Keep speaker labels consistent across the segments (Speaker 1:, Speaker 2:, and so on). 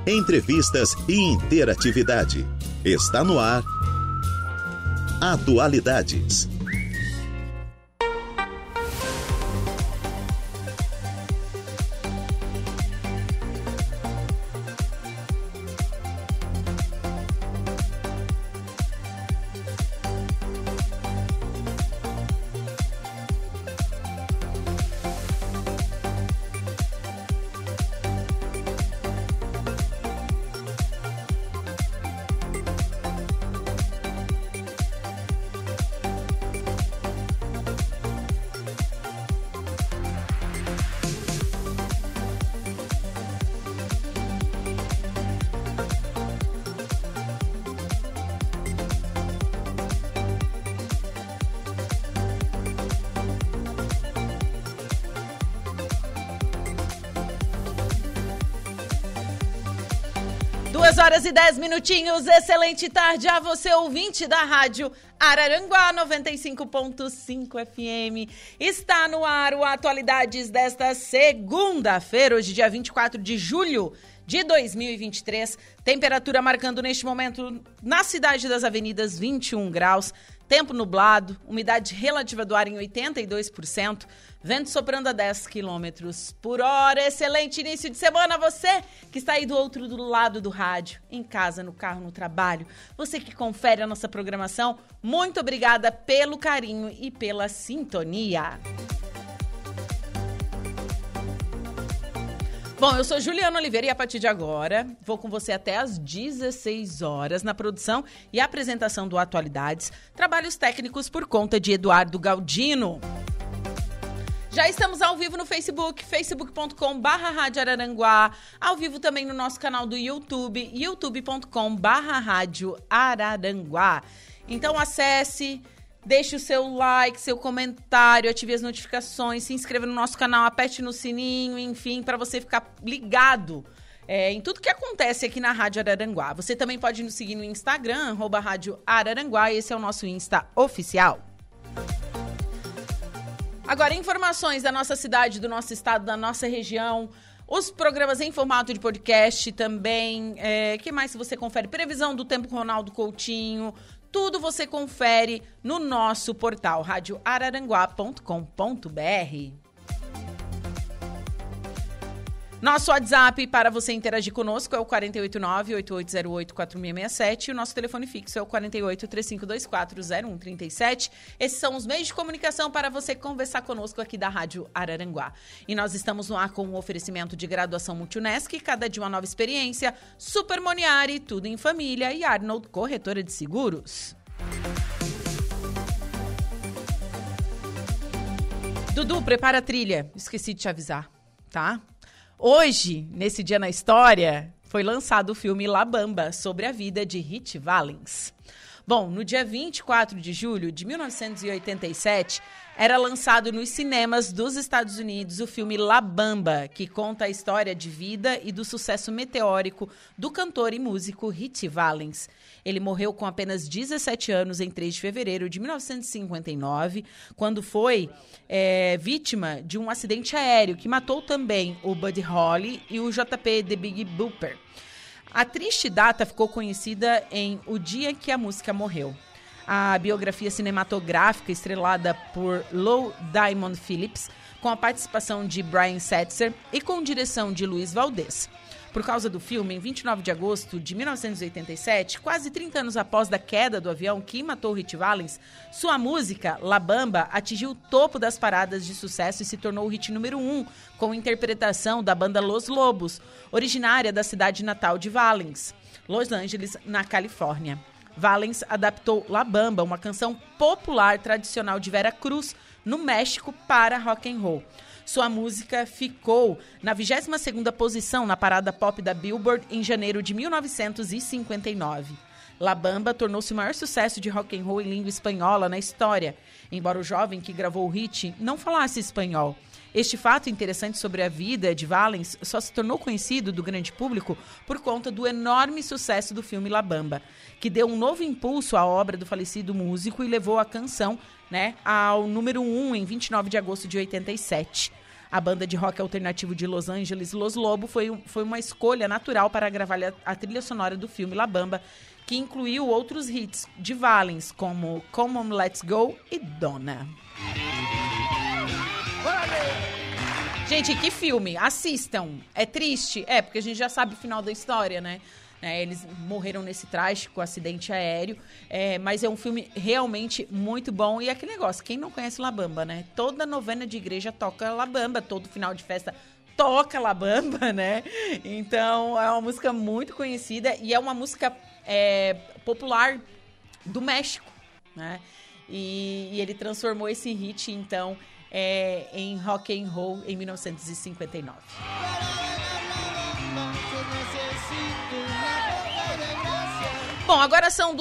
Speaker 1: entrevistas e interatividade. Está no ar Atualidades.
Speaker 2: Horas e 10 minutinhos, excelente tarde a você, ouvinte da Rádio Araranguá 95.5 FM. Está no ar o Atualidades desta segunda-feira, hoje dia 24 de julho de 2023. Temperatura marcando neste momento na cidade das avenidas 21 graus. Tempo nublado, umidade relativa do ar em 82%, vento soprando a 10 km por hora. Excelente início de semana, você que está aí do outro lado do rádio, em casa, no carro, no trabalho, você que confere a nossa programação, muito obrigada pelo carinho e pela sintonia. Bom, eu sou Juliana Oliveira e a partir de agora vou com você até às 16 horas na produção e apresentação do Atualidades, trabalhos técnicos por conta de Eduardo Galdino. Já estamos ao vivo no Facebook, facebook.com/Rádio Araranguá, ao vivo também no nosso canal do YouTube, youtube.com/Rádio Araranguá. Então acesse, deixe o seu like, seu comentário, ative as notificações, se inscreva no nosso canal, aperte no sininho, enfim, para você ficar ligado em tudo que acontece aqui na Rádio Araranguá. Você também pode nos seguir no Instagram, @Rádio Araranguá, esse é o nosso Insta oficial. Agora, informações da nossa cidade, do nosso estado, da nossa região, os programas em formato de podcast também, que mais você confere? Previsão do tempo com Ronaldo Coutinho, tudo você confere no nosso portal radioararanguá.com.br. Nosso WhatsApp para você interagir conosco é o 489-8808-4667 e o nosso telefone fixo é o 48-3524-0137. Esses são os meios de comunicação para você conversar conosco aqui da Rádio Araranguá. E nós estamos no ar com um oferecimento de graduação Multunesc, cada dia uma nova experiência, Super Moniari, tudo em família e Arnold Corretora de Seguros. Dudu, prepara a trilha. Esqueci de te avisar, tá? Hoje, nesse dia na história, foi lançado o filme La Bamba, sobre a vida de Ritchie Valens. Bom, no dia 24 de julho de 1987, era lançado nos cinemas dos Estados Unidos o filme La Bamba, que conta a história de vida e do sucesso meteórico do cantor e músico Ritchie Valens. Ele morreu com apenas 17 anos em 3 de fevereiro de 1959, quando foi vítima de um acidente aéreo que matou também o Buddy Holly e o JP The Big Bopper. A triste data ficou conhecida em O Dia que a Música Morreu. A biografia cinematográfica estrelada por Lou Diamond Phillips, com a participação de Brian Setzer e com direção de Luiz Valdez. Por causa do filme, em 29 de agosto de 1987, quase 30 anos após da queda do avião que matou Ritchie Valens, sua música, La Bamba, atingiu o topo das paradas de sucesso e se tornou o hit número 1, com interpretação da banda Los Lobos, originária da cidade natal de Valens, Los Angeles, na Califórnia. Valens adaptou La Bamba, uma canção popular tradicional de Vera Cruz, no México, para rock and roll. Sua música ficou na 22ª posição na parada pop da Billboard em janeiro de 1959. La Bamba tornou-se o maior sucesso de rock and roll em língua espanhola na história, embora o jovem que gravou o hit não falasse espanhol. Este fato interessante sobre a vida de Valens só se tornou conhecido do grande público por conta do enorme sucesso do filme La Bamba, que deu um novo impulso à obra do falecido músico e levou a canção, ao número 1 em 29 de agosto de 87. A banda de rock alternativo de Los Angeles, Los Lobo, foi uma escolha natural para gravar a trilha sonora do filme La Bamba, que incluiu outros hits de Valens, como Come On Let's Go e Donna. Gente, que filme! Assistam! É triste? É, porque a gente já sabe o final da história, né? Eles morreram nesse trágico acidente aéreo, mas é um filme realmente muito bom. E aquele negócio, quem não conhece La Bamba, né? Toda novena de igreja toca La Bamba, todo final de festa toca La Bamba, né? Então, é uma música muito conhecida e é uma música popular do México, né? E ele transformou esse hit, então, em rock and roll em 1959. Bom, agora são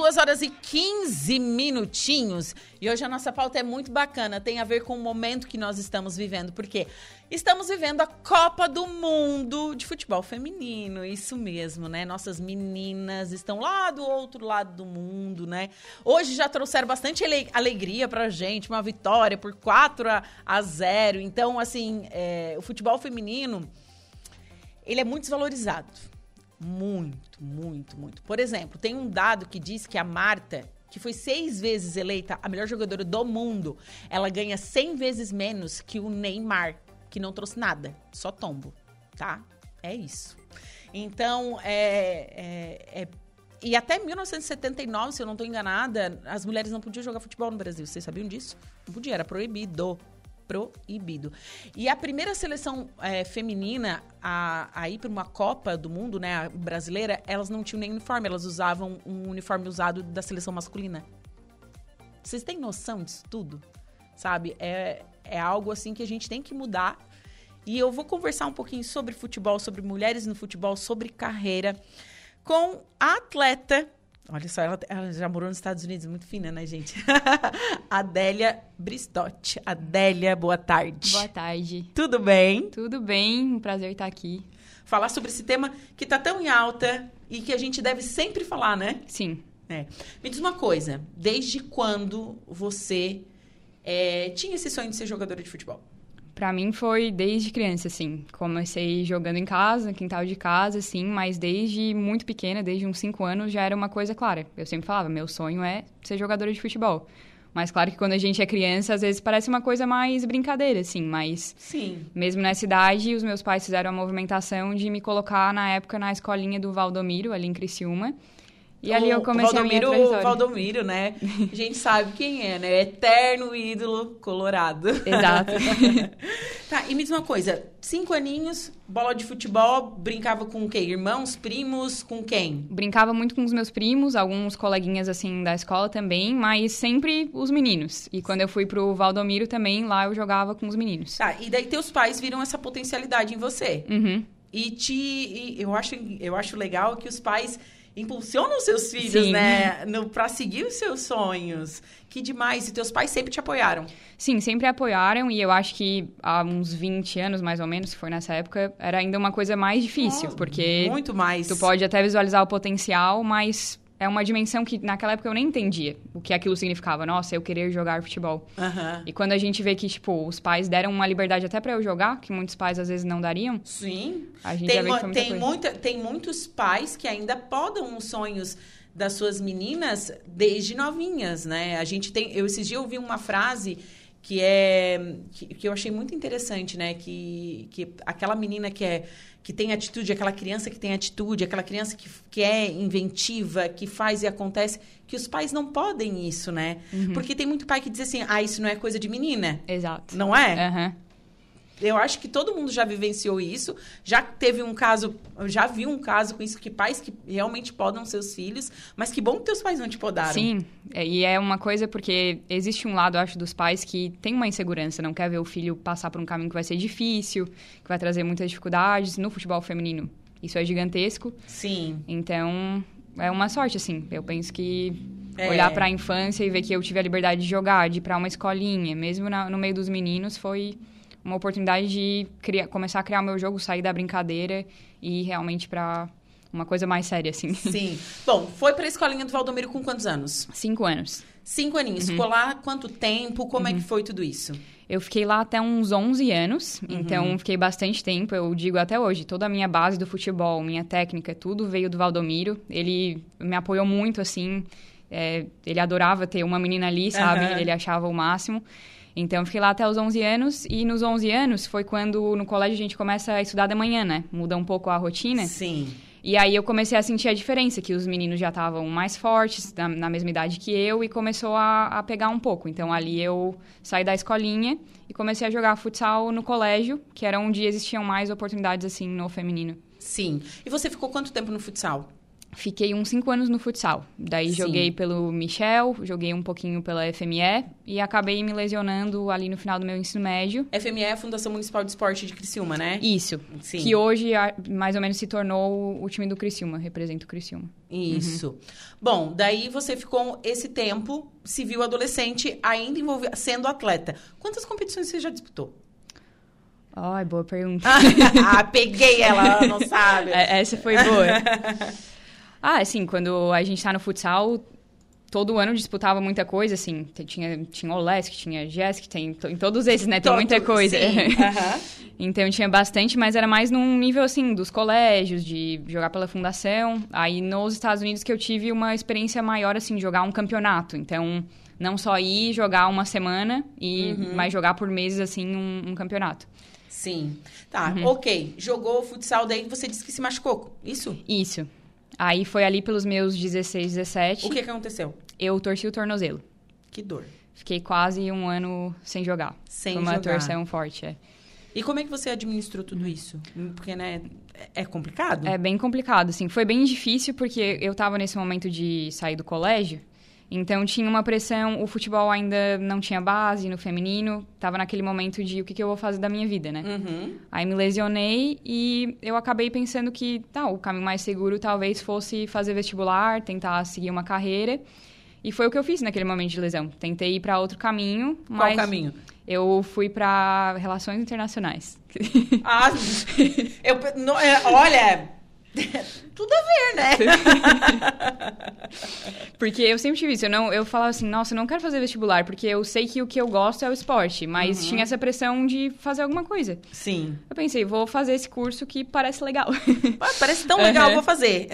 Speaker 2: 2h15 e hoje a nossa pauta é muito bacana, tem a ver com o momento que nós estamos vivendo, porque estamos vivendo a Copa do Mundo de futebol feminino, isso mesmo, né? Nossas meninas estão lá do outro lado do mundo, né? Hoje já trouxeram bastante alegria pra gente, uma vitória por 4-0, então, assim, o futebol feminino, ele é muito desvalorizado. Muito, muito, muito. Por exemplo, tem um dado que diz que a Marta, que foi 6 vezes eleita a melhor jogadora do mundo, ela ganha 100 vezes menos que o Neymar, que não trouxe nada, só tombo, tá? É isso. Então, e até 1979, se eu não estou enganada, as mulheres não podiam jogar futebol no Brasil. Vocês sabiam disso? Não podia, era proibido. E a primeira seleção feminina a ir para uma Copa do Mundo, né, a brasileira, elas não tinham nem uniforme, elas usavam um uniforme usado da seleção masculina. Vocês têm noção disso tudo? Sabe? É algo assim que a gente tem que mudar. E eu vou conversar um pouquinho sobre futebol, sobre mulheres no futebol, sobre carreira, com a atleta. Olha só, ela já morou nos Estados Unidos, muito fina, né, gente? Adélia Bristotti. Adélia, boa tarde.
Speaker 3: Boa tarde.
Speaker 2: Tudo bem?
Speaker 3: Tudo bem, um prazer estar aqui.
Speaker 2: Falar sobre esse tema que tá tão em alta e que a gente deve sempre falar, né?
Speaker 3: Sim.
Speaker 2: Me diz uma coisa, desde quando você tinha esse sonho de ser jogadora de futebol?
Speaker 3: Pra mim foi desde criança, assim. Comecei jogando em casa, no quintal de casa, assim, mas desde muito pequena, desde uns 5 anos, já era uma coisa clara. Eu sempre falava, meu sonho é ser jogadora de futebol. Mas claro que quando a gente é criança, às vezes parece uma coisa mais brincadeira, assim, mas...
Speaker 2: Sim.
Speaker 3: Mesmo nessa idade, os meus pais fizeram a movimentação de me colocar, na época, na escolinha do Valdomiro, ali em Criciúma. E ali eu comecei a minha trajetória.
Speaker 2: O Valdomiro, né? A gente sabe quem é, né? Eterno ídolo colorado.
Speaker 3: Exato.
Speaker 2: Tá, e me diz uma coisa. 5 aninhos, bola de futebol, brincava com quem? Irmãos, primos, com quem?
Speaker 3: Brincava muito com os meus primos, alguns coleguinhas, assim, da escola também, mas sempre os meninos. E quando eu fui pro Valdomiro também, lá eu jogava com os meninos.
Speaker 2: Tá, e daí teus pais viram essa potencialidade em você.
Speaker 3: Uhum.
Speaker 2: E eu acho legal que os pais impulsionam seus filhos, sim, né? Pra seguir os seus sonhos. Que demais. E teus pais sempre te apoiaram?
Speaker 3: Sim, sempre apoiaram. E eu acho que há uns 20 anos, mais ou menos, que foi nessa época, era ainda uma coisa mais difícil. Porque
Speaker 2: muito mais.
Speaker 3: Tu pode até visualizar o potencial, mas é uma dimensão que naquela época eu nem entendia o que aquilo significava. Nossa, eu querer jogar futebol.
Speaker 2: Uhum.
Speaker 3: E quando a gente vê que, tipo, os pais deram uma liberdade até pra eu jogar, que muitos pais às vezes não dariam.
Speaker 2: Sim.
Speaker 3: A gente já vê que foi muita coisa.
Speaker 2: Tem muitos pais que ainda podam os sonhos das suas meninas desde novinhas, né? Esses dias eu ouvi uma frase que eu achei muito interessante, né? Que aquela menina que tem atitude, aquela criança que tem atitude, aquela criança que é inventiva, que faz e acontece, que os pais não podem isso, né? Uhum. Porque tem muito pai que diz assim, isso não é coisa de menina.
Speaker 3: Exato.
Speaker 2: Não é?
Speaker 3: Uhum.
Speaker 2: Eu acho que todo mundo já vivenciou isso, já teve um caso, já vi um caso com isso, que pais que realmente podam seus filhos, mas que bom que teus pais não te podaram.
Speaker 3: Sim, e é uma coisa porque existe um lado, eu acho, dos pais que tem uma insegurança, não quer ver o filho passar por um caminho que vai ser difícil, que vai trazer muitas dificuldades. No futebol feminino, isso é gigantesco.
Speaker 2: Sim.
Speaker 3: Então, é uma sorte, assim. Eu penso que olhar para a infância e ver que eu tive a liberdade de jogar, de ir para uma escolinha, mesmo no meio dos meninos, foi uma oportunidade de começar a criar o meu jogo, sair da brincadeira e ir realmente para uma coisa mais séria, assim.
Speaker 2: Sim. Bom, foi para a escolinha do Valdomiro com quantos anos?
Speaker 3: 5 anos.
Speaker 2: 5 aninhos. Ficou lá quanto tempo? Como é que foi tudo isso?
Speaker 3: Eu fiquei lá até uns 11 anos, então fiquei bastante tempo. Eu digo até hoje, toda a minha base do futebol, minha técnica, tudo veio do Valdomiro. Ele me apoiou muito, assim. Ele adorava ter uma menina ali, sabe? Ele achava o máximo. Então, eu fiquei lá até os 11 anos. E nos 11 anos foi quando no colégio a gente começa a estudar de manhã, né? Muda um pouco a rotina.
Speaker 2: Sim.
Speaker 3: E aí eu comecei a sentir a diferença, que os meninos já estavam mais fortes, na mesma idade que eu, e começou a pegar um pouco. Então, ali eu saí da escolinha e comecei a jogar futsal no colégio, que era onde existiam mais oportunidades, assim, no feminino.
Speaker 2: Sim. E você ficou quanto tempo no futsal?
Speaker 3: Fiquei uns 5 anos no futsal. Daí joguei pelo Michel, joguei um pouquinho pela FME e acabei me lesionando ali no final do meu ensino médio.
Speaker 2: FME é a Fundação Municipal de Esporte de Criciúma, né?
Speaker 3: Isso.
Speaker 2: Sim.
Speaker 3: Que hoje, mais ou menos, se tornou o time do Criciúma, representa o Criciúma.
Speaker 2: Isso. Bom, daí você ficou esse tempo, se viu adolescente, ainda sendo atleta. Quantas competições você já disputou?
Speaker 3: Ai, boa pergunta.
Speaker 2: Peguei ela não sabe.
Speaker 3: Essa foi boa. Assim, quando a gente tá no futsal, todo ano disputava muita coisa, assim. Tinha o LESC, tinha GESC, tem em todos esses, né? Tem muita coisa.
Speaker 2: Sim.
Speaker 3: Então, tinha bastante, mas era mais num nível, assim, dos colégios, de jogar pela fundação. Aí, nos Estados Unidos, que eu tive uma experiência maior, assim, de jogar um campeonato. Então, não só ir jogar uma semana, mas jogar por meses, assim, um campeonato.
Speaker 2: Sim. Tá, ok. Jogou futsal, daí você disse que se machucou, isso?
Speaker 3: Isso. Aí foi ali pelos meus 16, 17.
Speaker 2: O que aconteceu?
Speaker 3: Eu torci o tornozelo.
Speaker 2: Que dor.
Speaker 3: Fiquei quase um ano sem jogar. Foi uma torção forte,
Speaker 2: E como é que você administrou tudo isso? Porque, né, é complicado?
Speaker 3: É bem complicado, assim. Foi bem difícil porque eu tava nesse momento de sair do colégio. Então, tinha uma pressão, o futebol ainda não tinha base no feminino, tava naquele momento de o que eu vou fazer da minha vida, né? Aí me lesionei e eu acabei pensando que o caminho mais seguro talvez fosse fazer vestibular, tentar seguir uma carreira. E foi o que eu fiz naquele momento de lesão. Tentei ir para outro caminho, mas...
Speaker 2: Qual caminho?
Speaker 3: Eu fui para relações internacionais.
Speaker 2: Olha... Tudo a ver, né?
Speaker 3: Porque eu sempre tive isso. Eu falava assim, nossa, eu não quero fazer vestibular, porque eu sei que o que eu gosto é o esporte. Mas tinha essa pressão de fazer alguma coisa.
Speaker 2: Sim.
Speaker 3: Eu pensei, vou fazer esse curso que parece legal.
Speaker 2: Parece tão legal, vou fazer.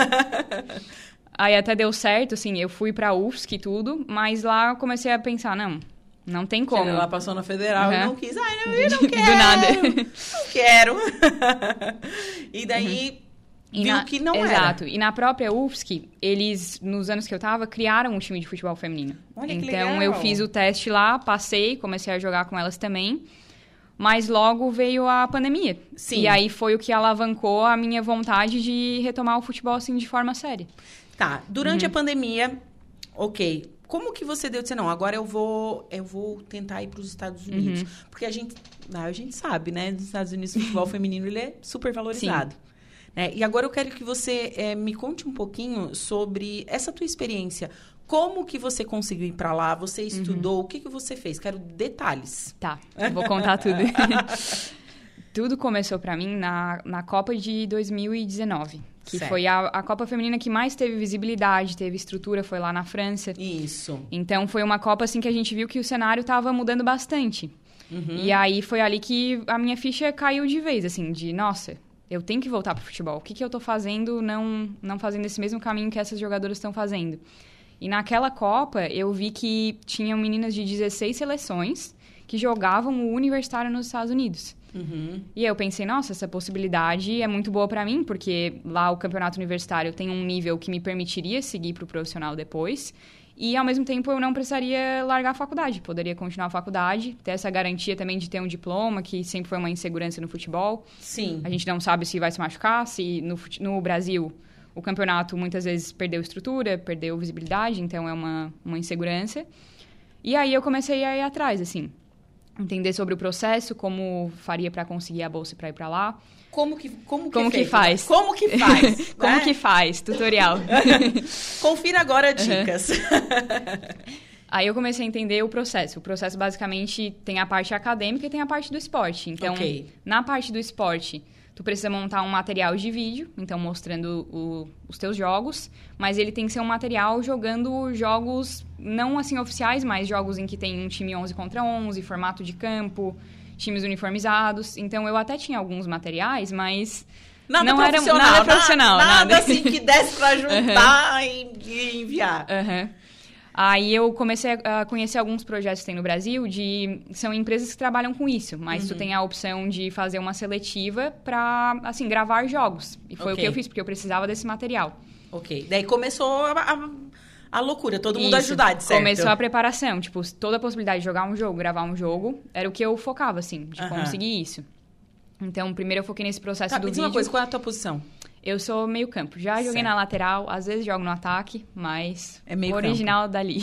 Speaker 3: Aí até deu certo, assim, eu fui pra UFSC e tudo, mas lá eu comecei a pensar, não tem como.
Speaker 2: Ela passou na Federal e não quis. Eu não quero.
Speaker 3: Do nada.
Speaker 2: Não quero. E daí... viu que não era.
Speaker 3: Exato. E na própria UFSC, eles, nos anos que eu tava, criaram um time de futebol feminino.
Speaker 2: Olha que
Speaker 3: então,
Speaker 2: legal.
Speaker 3: eu fiz o teste lá, passei, comecei a jogar com elas também. Mas logo veio a pandemia.
Speaker 2: Sim.
Speaker 3: E aí foi o que alavancou a minha vontade de retomar o futebol, assim, de forma séria.
Speaker 2: Tá. Durante a pandemia, ok. Como que você deu de dizer, não, agora eu vou tentar ir para os Estados Unidos? Porque a gente sabe, né? Nos Estados Unidos, o futebol feminino, ele é super valorizado. Sim. E agora eu quero que você me conte um pouquinho sobre essa tua experiência. Como que você conseguiu ir para lá? Você estudou? O que você fez? Quero detalhes.
Speaker 3: Tá, vou contar tudo. Tudo começou para mim na Copa de 2019. Que certo. Foi a Copa Feminina que mais teve visibilidade, teve estrutura, foi lá na França.
Speaker 2: Isso.
Speaker 3: Então, foi uma Copa, assim, que a gente viu que o cenário estava mudando bastante. E aí, foi ali que a minha ficha caiu de vez, assim, de, nossa... Eu tenho que voltar pro futebol. O que eu tô fazendo, não fazendo esse mesmo caminho que essas jogadoras estão fazendo? E naquela Copa, eu vi que tinham meninas de 16 seleções que jogavam o universitário nos Estados Unidos. E aí eu pensei, nossa, essa possibilidade é muito boa para mim, porque lá o campeonato universitário tem um nível que me permitiria seguir pro profissional depois. E, ao mesmo tempo, eu não precisaria largar a faculdade. Poderia continuar a faculdade, ter essa garantia também de ter um diploma, que sempre foi uma insegurança no futebol.
Speaker 2: Sim.
Speaker 3: A gente não sabe se vai se machucar, se no Brasil o campeonato muitas vezes perdeu estrutura, perdeu visibilidade, então é uma insegurança. E aí eu comecei a ir atrás, assim, entender sobre o processo, como faria para conseguir a bolsa para ir para lá.
Speaker 2: Como que
Speaker 3: faz?
Speaker 2: Como que faz?
Speaker 3: Como que faz? Tutorial.
Speaker 2: Confira agora dicas.
Speaker 3: Aí eu comecei a entender o processo. O processo, basicamente, tem a parte acadêmica e tem a parte do esporte. Então, na parte do esporte, tu precisa montar um material de vídeo, então mostrando os teus jogos, mas ele tem que ser um material jogando jogos não assim oficiais, mas jogos em que tem um time 11 contra 11, formato de campo, times uniformizados. Então eu até tinha alguns materiais, mas
Speaker 2: Nada
Speaker 3: não era
Speaker 2: profissional,
Speaker 3: nada profissional.
Speaker 2: Nada assim que desse pra juntar e enviar.
Speaker 3: Aí eu comecei a conhecer alguns projetos que tem no Brasil, são empresas que trabalham com isso, mas tu tem a opção de fazer uma seletiva pra, assim, gravar jogos. E foi o que eu fiz, porque eu precisava desse material.
Speaker 2: Ok. Daí começou a loucura, todo mundo ajudar, de certo?
Speaker 3: Começou a preparação, tipo, toda a possibilidade de jogar um jogo, gravar um jogo, era o que eu focava, assim, de conseguir isso. Então, primeiro eu foquei nesse processo do
Speaker 2: me diz
Speaker 3: vídeo.
Speaker 2: uma coisa, qual é a tua posição?
Speaker 3: Eu sou meio campo. Já joguei na lateral, às vezes jogo no ataque, mas
Speaker 2: é meio
Speaker 3: original
Speaker 2: campo.
Speaker 3: Dali.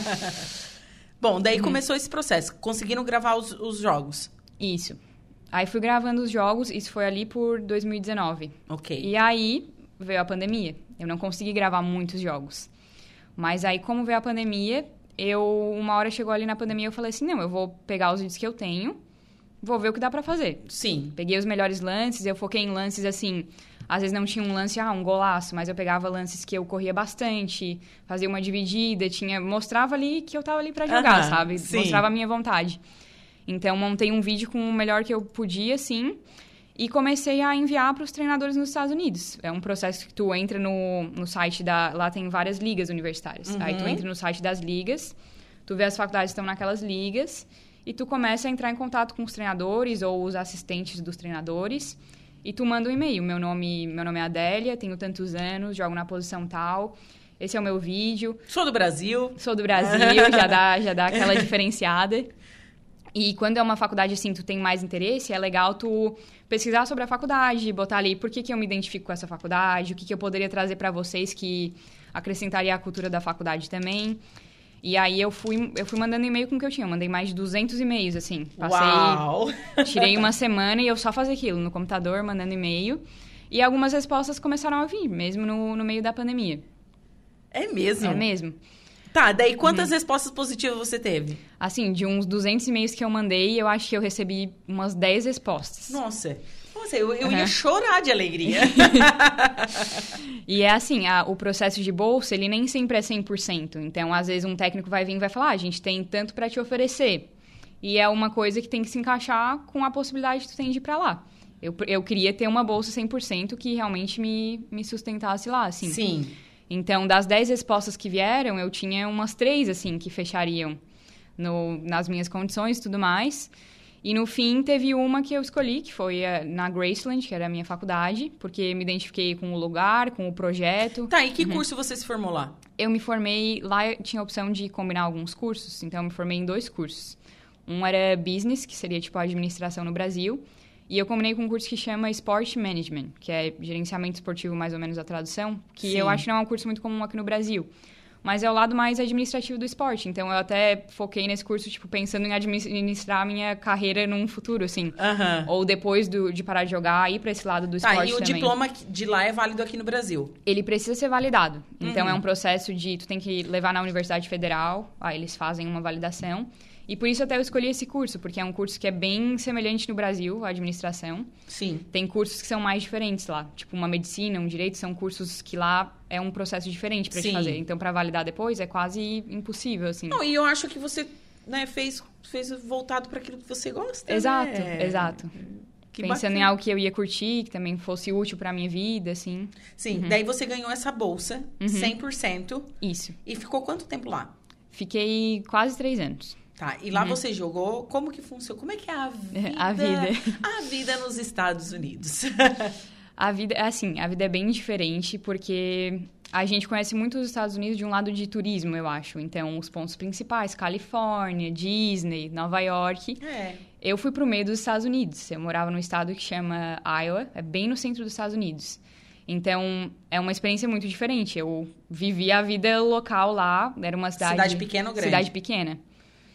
Speaker 2: Bom, daí começou esse processo. Conseguiram gravar os jogos?
Speaker 3: Isso. Aí fui gravando os jogos, isso foi ali por 2019.
Speaker 2: Ok.
Speaker 3: E aí veio a pandemia. Eu não consegui gravar muitos jogos. Mas aí, como veio a pandemia, uma hora chegou ali na pandemia, eu falei assim, não, eu vou pegar os vídeos que eu tenho, vou ver o que dá pra fazer.
Speaker 2: Sim.
Speaker 3: Peguei os melhores lances, eu foquei em lances assim... Às vezes não tinha um lance, um golaço, mas eu pegava lances que eu corria bastante, fazia uma dividida, mostrava ali que eu tava ali pra jogar, sabe?
Speaker 2: Sim.
Speaker 3: Mostrava a minha vontade. Então, montei um vídeo com o melhor que eu podia, assim, e comecei a enviar pros treinadores nos Estados Unidos. É um processo que tu entra no site lá tem várias ligas universitárias. Aí tu entra no site das ligas, tu vê as faculdades que estão naquelas ligas, e tu começa a entrar em contato com os treinadores ou os assistentes dos treinadores. E tu manda um e-mail, meu nome é Adélia, tenho tantos anos, jogo na posição tal, esse é o meu vídeo.
Speaker 2: Sou do Brasil.
Speaker 3: Sou do Brasil, já dá aquela diferenciada. E quando é uma faculdade assim, tu tem mais interesse, é legal tu pesquisar sobre a faculdade, botar ali por que eu me identifico com essa faculdade, o que eu poderia trazer para vocês que acrescentaria a cultura da faculdade também. E aí eu fui mandando e-mail com o que eu tinha. Eu mandei mais de 200 e-mails, assim.
Speaker 2: Uau!
Speaker 3: Tirei uma semana e eu só fazia aquilo, no computador, mandando e-mail. E algumas respostas começaram a vir, mesmo no meio da pandemia.
Speaker 2: É mesmo?
Speaker 3: É mesmo.
Speaker 2: Tá, daí quantas respostas positivas você teve?
Speaker 3: Assim, de uns 200 e-mails que eu mandei, eu acho que eu recebi umas 10 respostas.
Speaker 2: Nossa, eu ia chorar de alegria.
Speaker 3: E é assim, o processo de bolsa, ele nem sempre é 100%. Então, às vezes, um técnico vai vir e vai falar, a gente tem tanto para te oferecer. E é uma coisa que tem que se encaixar com a possibilidade que tu tem de ir para lá. Eu queria ter uma bolsa 100% que realmente me sustentasse lá, assim.
Speaker 2: Sim.
Speaker 3: Então, das 10 respostas que vieram, eu tinha umas 3, assim, que fechariam nas minhas condições e tudo mais. E, no fim, teve uma que eu escolhi, que foi na Graceland, que era a minha faculdade, porque me identifiquei com o lugar, com o projeto.
Speaker 2: Tá, e que curso você se formou lá?
Speaker 3: Eu me formei... Lá eu tinha a opção de combinar alguns cursos, então eu me formei em 2 cursos. Um era Business, que seria, tipo, a administração no Brasil. E eu combinei com um curso que chama Sport Management, que é gerenciamento esportivo, mais ou menos a tradução, que eu acho que não é um curso muito comum aqui no Brasil. Mas é o lado mais administrativo do esporte. Então, eu até foquei nesse curso, tipo, pensando em administrar a minha carreira num futuro, assim. Ou depois de parar de jogar, ir pra esse lado do esporte também.
Speaker 2: E o diploma de lá é válido aqui no Brasil?
Speaker 3: Ele precisa ser validado. Então, é um processo tu tem que levar na Universidade Federal, aí eles fazem uma validação. E por isso até eu escolhi esse curso, porque é um curso que é bem semelhante no Brasil, a administração.
Speaker 2: Sim.
Speaker 3: Tem cursos que são mais diferentes lá. Tipo, uma medicina, um direito, são cursos que lá é um processo diferente para te fazer. Então, para validar depois, é quase impossível, assim.
Speaker 2: Não, e eu acho que você, né, fez voltado para aquilo que você gosta,
Speaker 3: Exato,
Speaker 2: né?
Speaker 3: exato. Pensando em algo que eu ia curtir, que também fosse útil para minha vida, assim.
Speaker 2: Sim, daí você ganhou essa bolsa, 100%.
Speaker 3: Isso.
Speaker 2: E ficou quanto tempo lá?
Speaker 3: Fiquei quase 3 anos.
Speaker 2: Tá, e lá você jogou, como que funciona? Como é que é a vida? A vida nos Estados Unidos.
Speaker 3: A vida é bem diferente, porque a gente conhece muito os Estados Unidos de um lado de turismo, eu acho. Então, os pontos principais, Califórnia, Disney, Nova York. Eu fui pro meio dos Estados Unidos. Eu morava num estado que chama Iowa, é bem no centro dos Estados Unidos. Então, é uma experiência muito diferente. Eu vivi a vida local lá, era uma cidade...
Speaker 2: Cidade pequena ou grande?
Speaker 3: Cidade pequena.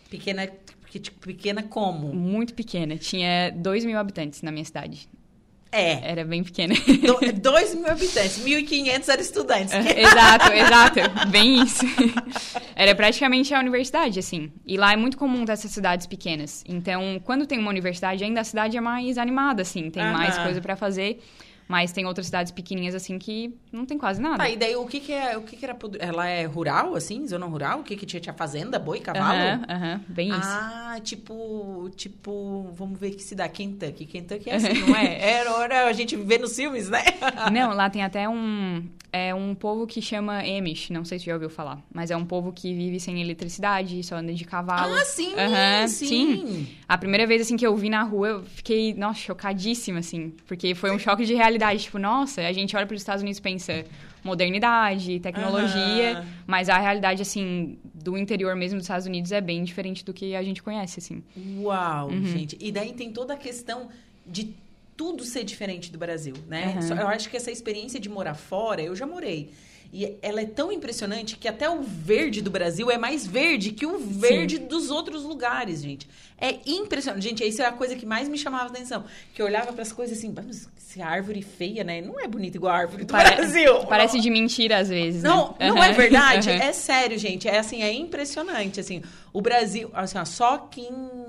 Speaker 2: Pequena como?
Speaker 3: Muito pequena. Tinha 2.000 habitantes na minha cidade. Era bem pequena.
Speaker 2: 2.000 habitantes, 1.500 eram estudantes.
Speaker 3: Exato. Bem isso. Era praticamente a universidade, assim. E lá é muito comum dessas cidades pequenas. Então, quando tem uma universidade, ainda a cidade é mais animada, assim. Tem mais coisa pra fazer. Mas tem outras cidades pequenininhas, assim, que não tem quase nada.
Speaker 2: Tá, e daí o que era... Ela é rural, assim? Zona rural? O que tinha? Tinha fazenda, boi, cavalo?
Speaker 3: Bem isso.
Speaker 2: Ah, tipo... Vamos ver que cidade. Kentucky. Kentucky é assim, não é? Era a gente vê nos filmes, né?
Speaker 3: Não, lá tem até um povo que chama Amish, não sei se já ouviu falar. Mas é um povo que vive sem eletricidade, só anda de cavalo.
Speaker 2: Ah, sim, sim.
Speaker 3: A primeira vez, assim, que eu vi na rua, eu fiquei, nossa, chocadíssima, assim. Porque foi um choque de realidade. Tipo, nossa, a gente olha para os Estados Unidos e pensa modernidade, tecnologia. Mas a realidade, assim, do interior mesmo dos Estados Unidos é bem diferente do que a gente conhece, assim.
Speaker 2: Uau, gente. E daí tem toda a questão de tudo ser diferente do Brasil, né? Eu acho que essa experiência de morar fora, eu já morei. E ela é tão impressionante que até o verde do Brasil é mais verde que o verde dos outros lugares, gente. É impressionante. Gente, isso é a coisa que mais me chamava a atenção. Que eu olhava para as coisas assim, mas se a árvore feia, né? Não é bonita igual a árvore do Brasil.
Speaker 3: Parece de mentira às vezes,
Speaker 2: não, né? Não é verdade? É sério, gente. É assim, é impressionante, assim. O Brasil, assim, ó, só quem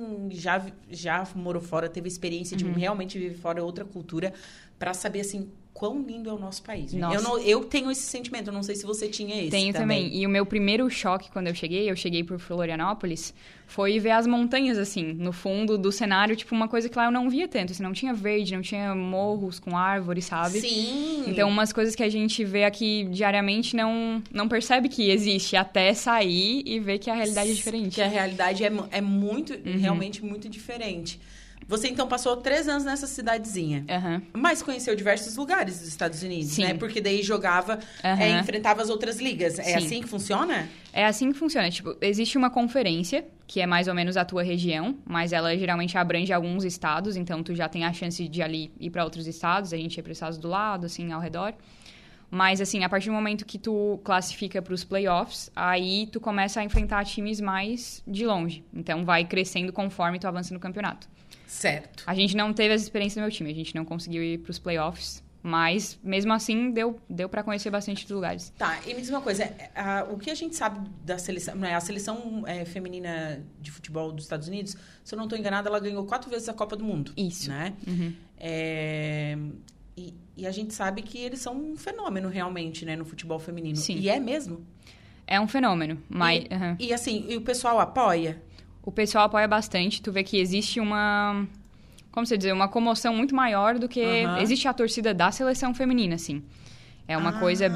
Speaker 2: já morou fora, teve experiência de realmente viver fora, outra cultura, para saber, assim, quão lindo é o nosso país. Eu tenho esse sentimento, eu não sei se você tinha esse.
Speaker 3: Tenho também. E o meu primeiro choque quando eu cheguei por Florianópolis, foi ver as montanhas, assim, no fundo do cenário, tipo, uma coisa que lá eu não via tanto. Assim, não tinha verde, não tinha morros com árvores, sabe?
Speaker 2: Sim!
Speaker 3: Então, umas coisas que a gente vê aqui diariamente não percebe que existe, até sair e ver que a realidade é diferente.
Speaker 2: Que a realidade é muito, realmente muito diferente. Você, então, passou 3 anos nessa cidadezinha. Mas conheceu diversos lugares dos Estados Unidos, né? Porque daí jogava, enfrentava as outras ligas. É assim que funciona?
Speaker 3: É assim que funciona. Tipo, existe uma conferência, que é mais ou menos a tua região, mas ela geralmente abrange alguns estados, então tu já tem a chance de ali ir para outros estados, a gente ia para estados do lado, assim, ao redor. Mas, assim, a partir do momento que tu classifica para os playoffs, aí tu começa a enfrentar times mais de longe. Então, vai crescendo conforme tu avança no campeonato.
Speaker 2: Certo.
Speaker 3: A gente não teve essa experiência no meu time, a gente não conseguiu ir para os playoffs, mas mesmo assim deu para conhecer bastante lugares.
Speaker 2: Tá, e me diz uma coisa, o que a gente sabe da seleção, a seleção feminina de futebol dos Estados Unidos, se eu não estou enganada, ela ganhou 4 vezes a Copa do Mundo.
Speaker 3: Isso.
Speaker 2: Né? E a gente sabe que eles são um fenômeno realmente, né, no futebol feminino.
Speaker 3: Sim.
Speaker 2: E é mesmo?
Speaker 3: É um fenômeno, mas...
Speaker 2: E assim, e o pessoal apoia?
Speaker 3: O pessoal apoia bastante. Tu vê que existe uma... Como você dizer? Uma comoção muito maior do que... Existe a torcida da seleção feminina, assim. É uma coisa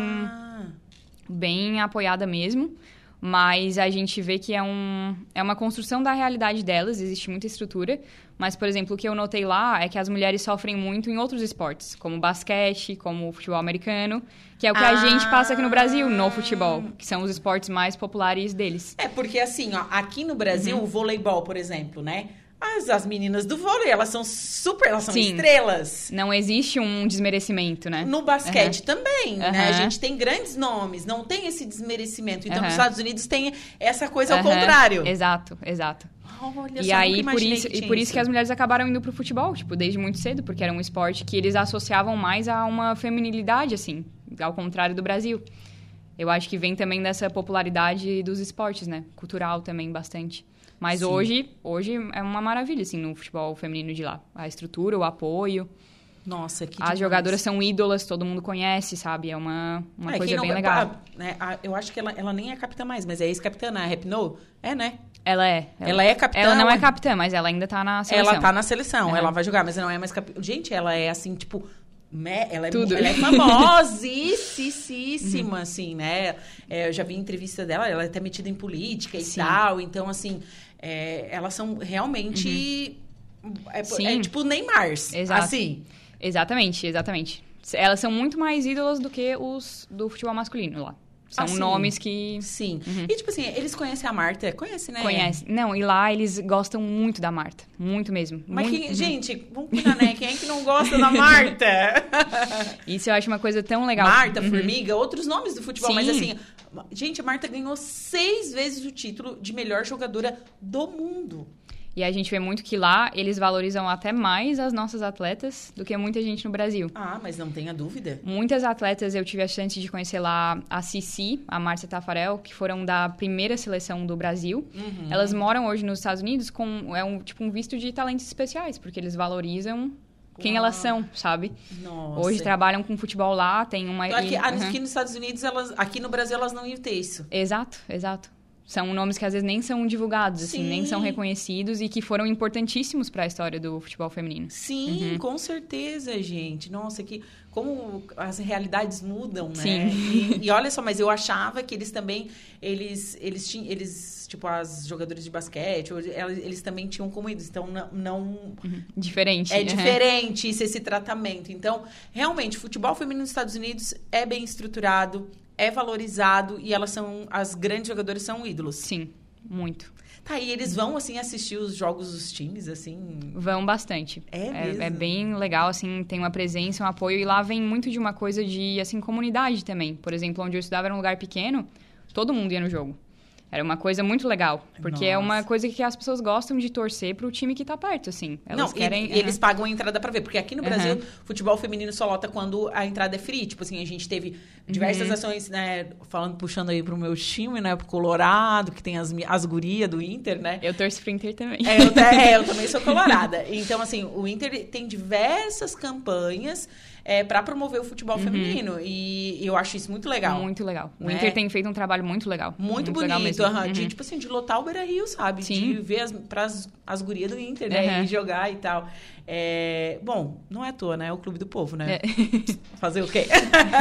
Speaker 3: bem apoiada mesmo. Mas a gente vê que é uma construção da realidade delas. Existe muita estrutura. Mas, por exemplo, o que eu notei lá é que as mulheres sofrem muito em outros esportes. Como basquete, como futebol americano. Que é o que a gente passa aqui no Brasil, no futebol. Que são os esportes mais populares deles.
Speaker 2: É, porque assim, ó, aqui no Brasil, o voleibol, por exemplo, né? As meninas do vôlei, elas são estrelas.
Speaker 3: Não existe um desmerecimento, né?
Speaker 2: No basquete também, né? A gente tem grandes nomes, não tem esse desmerecimento. Então, nos Estados Unidos tem essa coisa ao contrário.
Speaker 3: Exato.
Speaker 2: Olha
Speaker 3: e
Speaker 2: só,
Speaker 3: aí, por isso que as mulheres acabaram indo pro futebol, tipo, desde muito cedo, porque era um esporte que eles associavam mais a uma feminilidade, assim, ao contrário do Brasil. Eu acho que vem também dessa popularidade dos esportes, né? Cultural também, bastante. Mas hoje é uma maravilha, assim, no futebol feminino de lá. A estrutura, o apoio.
Speaker 2: Nossa, que
Speaker 3: As
Speaker 2: demais.
Speaker 3: Jogadoras são ídolas, todo mundo conhece, sabe? É uma coisa bem legal.
Speaker 2: Eu acho que ela nem é capitã mais, mas é ex-capitã, a Rapinoe? É, né?
Speaker 3: Ela é.
Speaker 2: Ela é capitã?
Speaker 3: Ela não é capitã, mas ela ainda tá na seleção.
Speaker 2: Ela tá na seleção, ela vai jogar, mas ela não é mais capitã. Gente, ela é assim, tipo... Ela é famosíssima, assim, né? Eu já vi entrevista dela, ela é até metida em política e tal. Então, assim, elas são realmente... É tipo Neymars, assim.
Speaker 3: Exatamente. Elas são muito mais ídolas do que os do futebol masculino lá. São nomes que...
Speaker 2: Sim. E, tipo assim, eles conhecem a Marta? Conhece, né?
Speaker 3: Conhece. Não, e lá eles gostam muito da Marta. Muito mesmo.
Speaker 2: Mas, gente, vamos cuidar, né? Quem é que não gosta da Marta?
Speaker 3: Isso eu acho uma coisa tão legal.
Speaker 2: Marta, Formiga, outros nomes do futebol. Sim. Mas, assim, gente, a Marta ganhou 6 vezes o título de melhor jogadora do mundo.
Speaker 3: E a gente vê muito que lá eles valorizam até mais as nossas atletas do que muita gente no Brasil.
Speaker 2: Ah, mas não tenha dúvida.
Speaker 3: Muitas atletas, eu tive a chance de conhecer lá a Cici, a Márcia Tafarel, que foram da primeira seleção do Brasil. Elas moram hoje nos Estados Unidos com um visto de talentos especiais, porque eles valorizam quem elas são, sabe?
Speaker 2: Nossa.
Speaker 3: Hoje trabalham com futebol lá, tem uma...
Speaker 2: Então, aqui nos Estados Unidos, aqui no Brasil, elas não iam ter isso.
Speaker 3: Exato. São nomes que às vezes nem são divulgados, assim, nem são reconhecidos e que foram importantíssimos para a história do futebol feminino.
Speaker 2: Sim, com certeza, gente. Nossa, como as realidades mudam, né?
Speaker 3: Sim.
Speaker 2: E olha só, mas eu achava que eles também, tipo, as jogadoras de basquete, eles também tinham como eles, então não...
Speaker 3: Diferente.
Speaker 2: É diferente esse tratamento. Então, realmente, o futebol feminino nos Estados Unidos é bem estruturado, é valorizado e as grandes jogadoras são ídolos.
Speaker 3: Sim, muito.
Speaker 2: Tá, e eles vão, assim, assistir os jogos dos times, assim?
Speaker 3: Vão bastante.
Speaker 2: Mesmo?
Speaker 3: É bem legal, assim, tem uma presença, um apoio. E lá vem muito de uma coisa de, assim, comunidade também. Por exemplo, onde eu estudava era um lugar pequeno, todo mundo ia no jogo. Era uma coisa muito legal, porque é uma coisa que as pessoas gostam de torcer pro time que tá perto, assim. Elas querem...
Speaker 2: E eles pagam a entrada pra ver, porque aqui no Brasil, futebol feminino só lota quando a entrada é free. Tipo assim, a gente teve diversas ações, né, puxando aí pro meu time, né, pro Colorado, que tem as gurias do Inter, né?
Speaker 3: Eu torço pro Inter também.
Speaker 2: Eu também sou colorada. Então, assim, o Inter tem diversas campanhas para promover o futebol feminino. E eu acho isso muito legal.
Speaker 3: Muito legal. O
Speaker 2: Né?
Speaker 3: Inter tem feito um trabalho muito legal.
Speaker 2: Muito bonito.
Speaker 3: Legal mesmo.
Speaker 2: De, tipo assim, de lotar o Beira-Rio, sabe?
Speaker 3: Sim.
Speaker 2: De ver as gurias do Inter, né? E jogar e tal. Bom, não é à toa, né? É o clube do povo, né? Fazer o quê?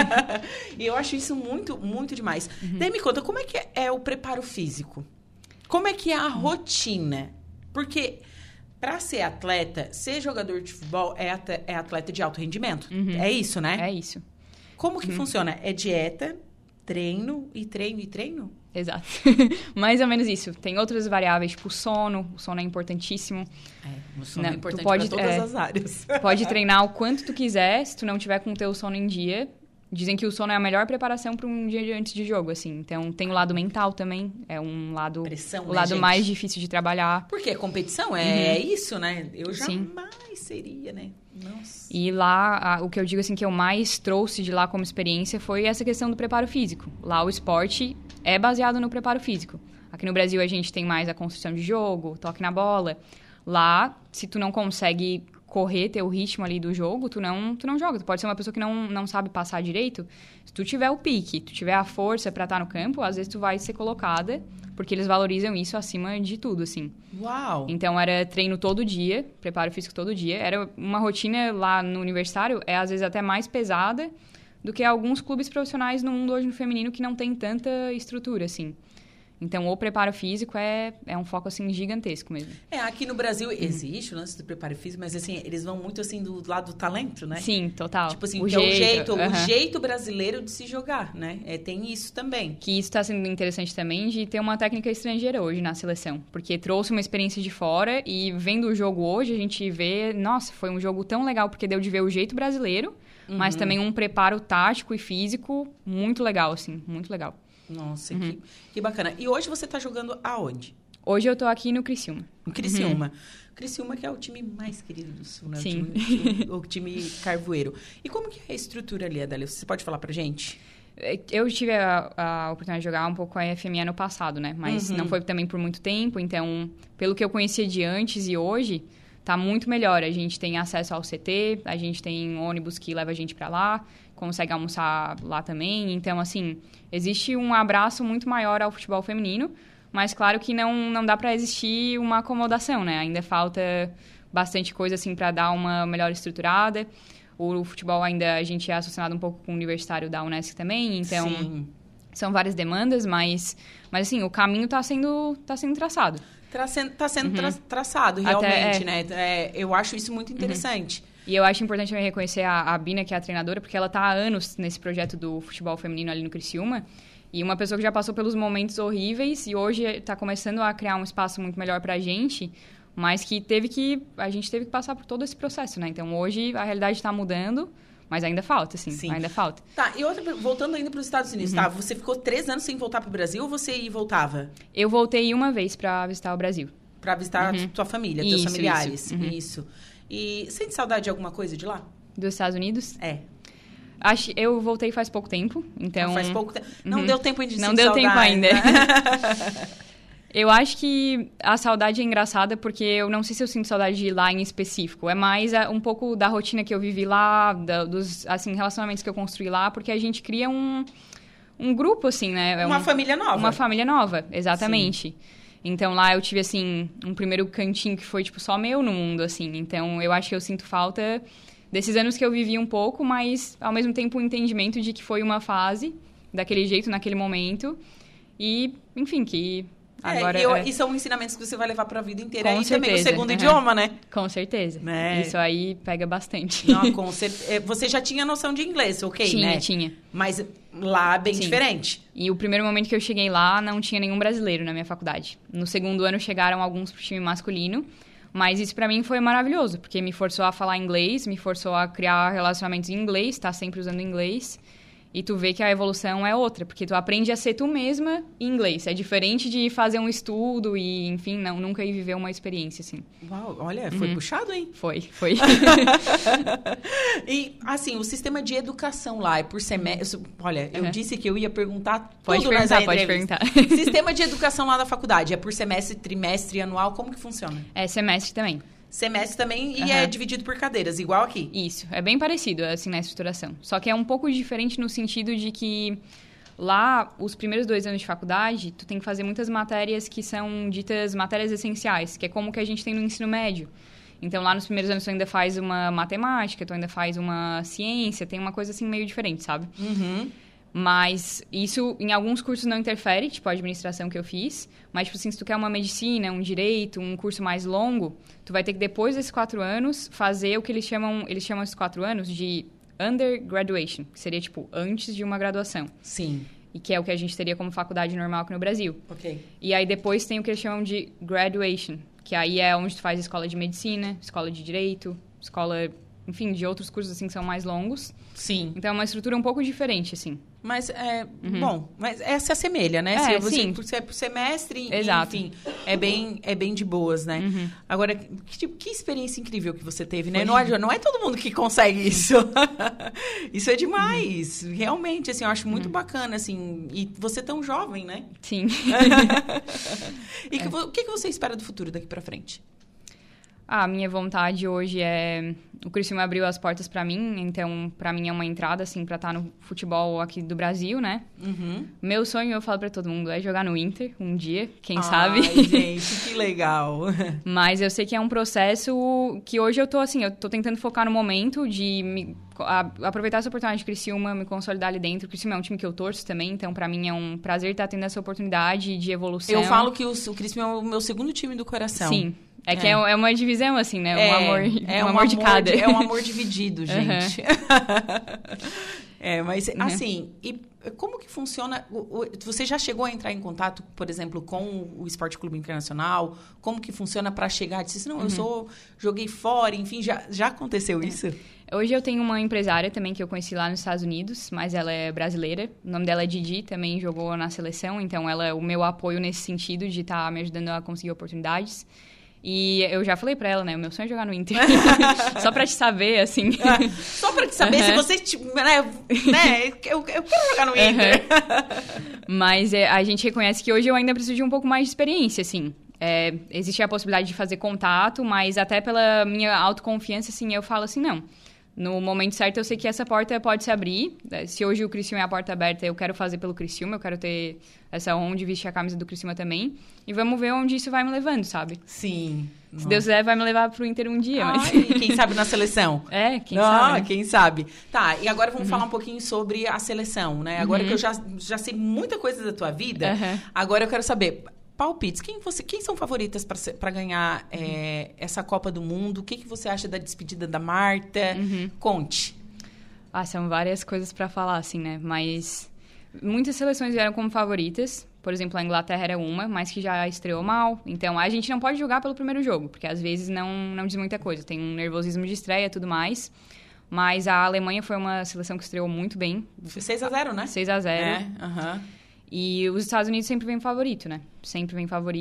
Speaker 2: E eu acho isso muito, muito demais. Daí me conta, como é que é o preparo físico? Como é que é a rotina? Porque... Para ser atleta, ser jogador de futebol é atleta de alto rendimento. É isso, né?
Speaker 3: É isso.
Speaker 2: Como que funciona? É dieta, treino e treino e treino?
Speaker 3: Exato. Mais ou menos isso. Tem outras variáveis, tipo o sono. O sono é importantíssimo.
Speaker 2: O sono é importante para todas as áreas.
Speaker 3: Pode treinar o quanto tu quiser, se tu não tiver com o teu sono em dia. Dizem que o sono é a melhor preparação para um dia antes de jogo, assim. Então, tem o lado mental também. É um lado...
Speaker 2: Pressão,
Speaker 3: o lado
Speaker 2: gente?
Speaker 3: mais difícil de trabalhar.
Speaker 2: Porque a competição é isso, né? Eu jamais seria, né? Nossa.
Speaker 3: E lá, o que eu digo, assim, que eu mais trouxe de lá como experiência foi essa questão do preparo físico. Lá, o esporte é baseado no preparo físico. Aqui no Brasil, a gente tem mais a construção de jogo, toque na bola. Lá, se tu não consegue... correr teu ritmo ali do jogo, tu não joga. Tu pode ser uma pessoa que não sabe passar direito. Se tu tiver o pique, tu tiver a força pra estar no campo, às vezes tu vai ser colocada, porque eles valorizam isso acima de tudo, assim.
Speaker 2: Uau!
Speaker 3: Então, era treino todo dia, preparo físico todo dia. Era uma rotina lá no universitário, às vezes até mais pesada do que alguns clubes profissionais no mundo hoje no feminino que não tem tanta estrutura, assim. Então, o preparo físico é um foco, assim, gigantesco mesmo.
Speaker 2: Aqui no Brasil existe o lance do preparo físico, mas, assim, eles vão muito, assim, do lado do talento, né?
Speaker 3: Sim, total.
Speaker 2: Tipo assim, o jeito brasileiro de se jogar, né? Tem isso também.
Speaker 3: Que isso está sendo interessante também de ter uma técnica estrangeira hoje na seleção. Porque trouxe uma experiência de fora e vendo o jogo hoje, a gente vê... Nossa, foi um jogo tão legal, porque deu de ver o jeito brasileiro, mas também um preparo tático e físico muito legal, assim, muito legal.
Speaker 2: Nossa, que bacana. E hoje você tá jogando aonde?
Speaker 3: Hoje eu tô aqui no Criciúma.
Speaker 2: No Criciúma. Criciúma, que é o time mais querido do Sul, né?
Speaker 3: Sim.
Speaker 2: O time carvoeiro. E como que é a estrutura ali, Adélia? Você pode falar pra gente?
Speaker 3: Eu tive a oportunidade de jogar um pouco com a FME no passado, né? Mas não foi também por muito tempo. Então, pelo que eu conhecia de antes e hoje, tá muito melhor. A gente tem acesso ao CT, a gente tem ônibus que leva a gente pra lá, consegue almoçar lá também. Então, assim, existe um abraço muito maior ao futebol feminino, mas claro que não dá para existir uma acomodação, né? Ainda falta bastante coisa, assim, para dar uma melhor estruturada. O futebol ainda, a gente é associado um pouco com o universitário da Unesc também, então são várias demandas, mas assim, o caminho tá sendo traçado.
Speaker 2: Tá sendo traçado, realmente, né? Eu acho isso muito interessante.
Speaker 3: E eu acho importante também reconhecer a Bina, que é a treinadora, porque ela está há anos nesse projeto do futebol feminino ali no Criciúma. E uma pessoa que já passou pelos momentos horríveis e hoje está começando a criar um espaço muito melhor para a gente, mas que a gente teve que passar por todo esse processo, né? Então, hoje a realidade está mudando, mas ainda falta, assim, ainda falta.
Speaker 2: Tá, e outra, voltando ainda para os Estados Unidos, tá? Você ficou 3 anos sem voltar para o Brasil ou você ia e voltava?
Speaker 3: Eu voltei uma vez para visitar o Brasil.
Speaker 2: Pra visitar tua família, teus familiares.
Speaker 3: Isso.
Speaker 2: E sente saudade de alguma coisa de lá?
Speaker 3: Dos Estados Unidos?
Speaker 2: É.
Speaker 3: Eu voltei faz pouco tempo, então...
Speaker 2: Faz pouco tempo. Não deu tempo ainda de
Speaker 3: Não deu tempo ainda.
Speaker 2: Né?
Speaker 3: Eu acho que a saudade é engraçada porque eu não sei se eu sinto saudade de ir lá em específico. É mais um pouco da rotina que eu vivi lá, dos assim, relacionamentos que eu construí lá, porque a gente cria um grupo, assim, né?
Speaker 2: Uma família nova.
Speaker 3: Uma família nova, exatamente.
Speaker 2: Sim.
Speaker 3: Então, lá eu tive, assim, um primeiro cantinho que foi, tipo, só meu no mundo, assim. Então, eu acho que eu sinto falta desses anos que eu vivi um pouco, mas, ao mesmo tempo, o entendimento de que foi uma fase, daquele jeito, naquele momento. E, enfim, que... Agora,
Speaker 2: e são ensinamentos que você vai levar pra vida inteira.
Speaker 3: Com
Speaker 2: e
Speaker 3: certeza.
Speaker 2: também o segundo idioma, né?
Speaker 3: Com certeza.
Speaker 2: Né?
Speaker 3: Isso aí pega bastante.
Speaker 2: Não, você já tinha noção de inglês, ok, né?
Speaker 3: Tinha.
Speaker 2: Mas lá bem diferente.
Speaker 3: E o primeiro momento que eu cheguei lá, não tinha nenhum brasileiro na minha faculdade. No segundo ano, chegaram alguns pro time masculino. Mas isso pra mim foi maravilhoso, porque me forçou a falar inglês, me forçou a criar relacionamentos em inglês, tá sempre usando inglês. E tu vê que a evolução é outra, porque tu aprende a ser tu mesma em inglês. É diferente de fazer um estudo e, enfim, nunca ir viver uma experiência, assim.
Speaker 2: Uau, olha, foi puxado, hein?
Speaker 3: Foi.
Speaker 2: E, assim, o sistema de educação lá é por semestre... Olha, eu disse que eu ia perguntar
Speaker 3: pode
Speaker 2: tudo nessa
Speaker 3: perguntar,
Speaker 2: entrevista.
Speaker 3: Pode perguntar.
Speaker 2: Sistema de educação lá da faculdade, é por semestre, trimestre, anual? Como que funciona?
Speaker 3: É semestre também.
Speaker 2: Semestre também e é dividido por cadeiras, igual aqui.
Speaker 3: Isso, é bem parecido, assim, na estruturação. Só que é um pouco diferente no sentido de que lá, os primeiros 2 anos de faculdade, tu tem que fazer muitas matérias que são ditas matérias essenciais, que é como que a gente tem no ensino médio. Então, lá nos primeiros anos, tu ainda faz uma matemática, tu ainda faz uma ciência, tem uma coisa, assim, meio diferente, sabe? Mas isso, em alguns cursos, não interfere, tipo a administração que eu fiz. Mas, tipo assim, se tu quer uma medicina, um direito, um curso mais longo, tu vai ter que, depois desses 4 anos, fazer o que eles chamam esses 4 anos de undergraduation, que seria, tipo, antes de uma graduação.
Speaker 2: Sim.
Speaker 3: E que é o que a gente teria como faculdade normal aqui no Brasil.
Speaker 2: Ok.
Speaker 3: E aí, depois, tem o que eles chamam de graduation, que aí é onde tu faz escola de medicina, escola de direito, escola, enfim, de outros cursos, assim, que são mais longos.
Speaker 2: Sim.
Speaker 3: Então, é uma estrutura um pouco diferente, assim.
Speaker 2: Mas, bom, mas se assemelha, né?
Speaker 3: Sim.
Speaker 2: Por ser por semestre,
Speaker 3: Exato.
Speaker 2: Enfim, é bem de boas, né? Agora, que experiência incrível que você teve, né? Não é todo mundo que consegue isso. Isso é demais. Realmente, assim, eu acho muito bacana, assim. E você tão jovem, né?
Speaker 3: Sim.
Speaker 2: E o que você espera do futuro daqui pra frente?
Speaker 3: A minha vontade hoje é... O Criciúma abriu as portas pra mim, então pra mim é uma entrada, assim, pra estar no futebol aqui do Brasil, né? Meu sonho, eu falo pra todo mundo, é jogar no Inter um dia, quem sabe.
Speaker 2: Ai, gente, que legal.
Speaker 3: Mas eu sei que é um processo que hoje eu tô, assim, eu tô tentando focar no momento de aproveitar essa oportunidade de Criciúma, me consolidar ali dentro. O Criciúma é um time que eu torço também, então pra mim é um prazer estar tendo essa oportunidade de evolução.
Speaker 2: Eu falo que o Criciúma é o meu segundo time do coração.
Speaker 3: Sim. É que é uma divisão, assim, né? Um amor de cada.
Speaker 2: É um amor dividido, gente. Mas, assim, e como que funciona? Você já chegou a entrar em contato, por exemplo, com o Esporte Clube Internacional? Como que funciona para chegar? Disse, não, joguei fora, enfim, já aconteceu isso?
Speaker 3: Hoje eu tenho uma empresária também que eu conheci lá nos Estados Unidos, mas ela é brasileira. O nome dela é Didi, também jogou na seleção, então ela é o meu apoio nesse sentido de estar me ajudando a conseguir oportunidades. E eu já falei pra ela, né? O meu sonho é jogar no Inter. Só pra te saber, assim.
Speaker 2: Só pra te saber se você... Eu quero jogar no Inter.
Speaker 3: Mas a gente reconhece que hoje eu ainda preciso de um pouco mais de experiência, assim. Existe a possibilidade de fazer contato, mas até pela minha autoconfiança, assim, eu falo assim, não. No momento certo, eu sei que essa porta pode se abrir. Se hoje o Criciúma é a porta aberta, eu quero fazer pelo Criciúma, eu quero ter essa honra de vestir a camisa do Criciúma também. E vamos ver onde isso vai me levando, sabe?
Speaker 2: Sim.
Speaker 3: Se Deus quiser, vai me levar pro Inter um dia. Mas...
Speaker 2: quem sabe na seleção?
Speaker 3: Quem sabe. Né?
Speaker 2: Quem sabe. Tá, e agora vamos falar um pouquinho sobre a seleção, né? Agora que eu já sei muita coisa da tua vida, agora eu quero saber... Palpites, quem são favoritas para ganhar essa Copa do Mundo? O que você acha da despedida da Marta? Conte.
Speaker 3: São várias coisas para falar, assim, né? Mas muitas seleções vieram como favoritas. Por exemplo, a Inglaterra era uma, mas que já estreou mal. Então, a gente não pode jogar pelo primeiro jogo, porque às vezes não diz muita coisa. Tem um nervosismo de estreia e tudo mais. Mas a Alemanha foi uma seleção que estreou muito bem.
Speaker 2: 6-0, né?
Speaker 3: 6-0. E os Estados Unidos sempre vem favorito, né? Sempre vem favorito.